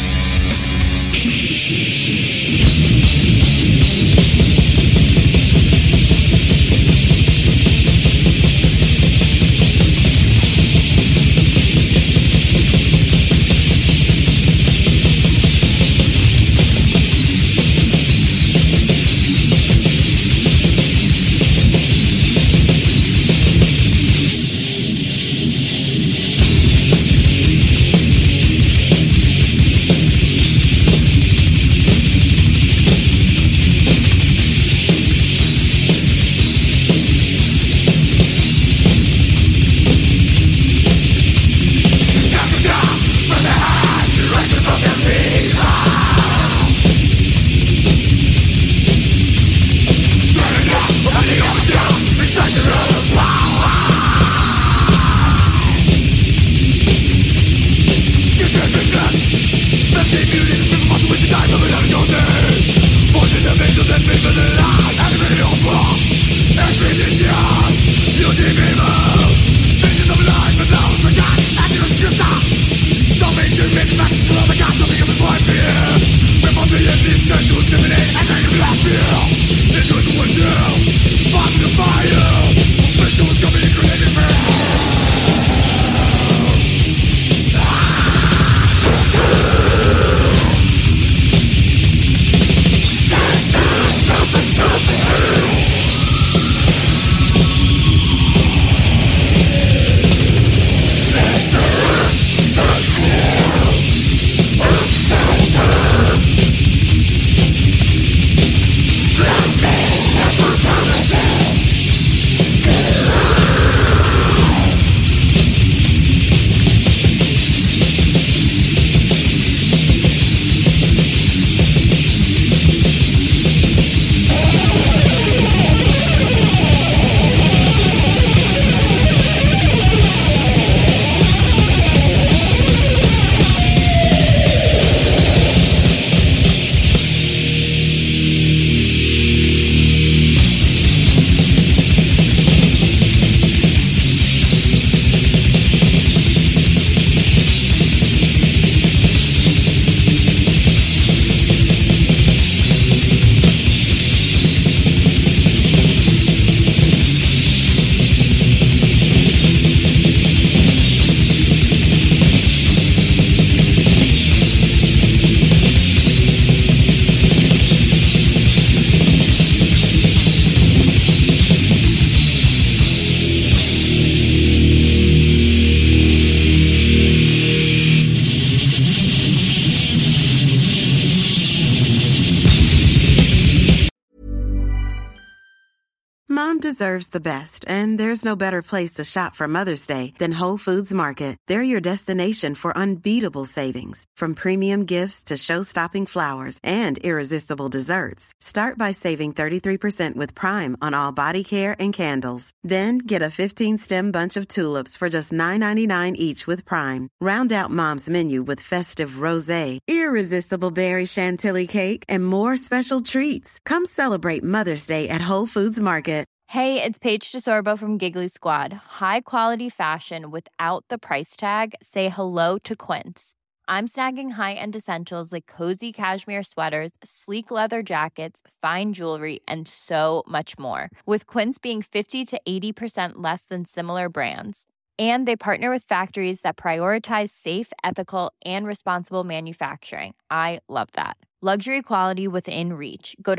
Mom deserves the best, and there's no better place to shop for Mother's Day than Whole Foods Market. They're your destination for unbeatable savings, from premium gifts to show-stopping flowers and irresistible desserts. Start by saving 33% with Prime on all body care and candles. Then get a 15-stem bunch of tulips for just $9.99 each with Prime. Round out Mom's menu with festive rosé, irresistible berry chantilly cake, and more special treats. Come celebrate Mother's Day at Whole Foods Market. Hey, it's Paige DeSorbo from Giggly Squad. High quality fashion without the price tag. Say hello to Quince. I'm snagging high-end essentials like cozy cashmere sweaters, sleek leather jackets, fine jewelry, and so much more. With Quince being 50 to 80% less than similar brands. And they partner with factories that prioritize safe, ethical, and responsible manufacturing. I love that. Luxury quality within reach. Go to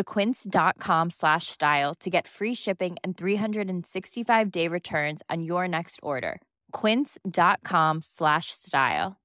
quince.com/style to get free shipping and 365-day returns on your next order. Quince.com/style.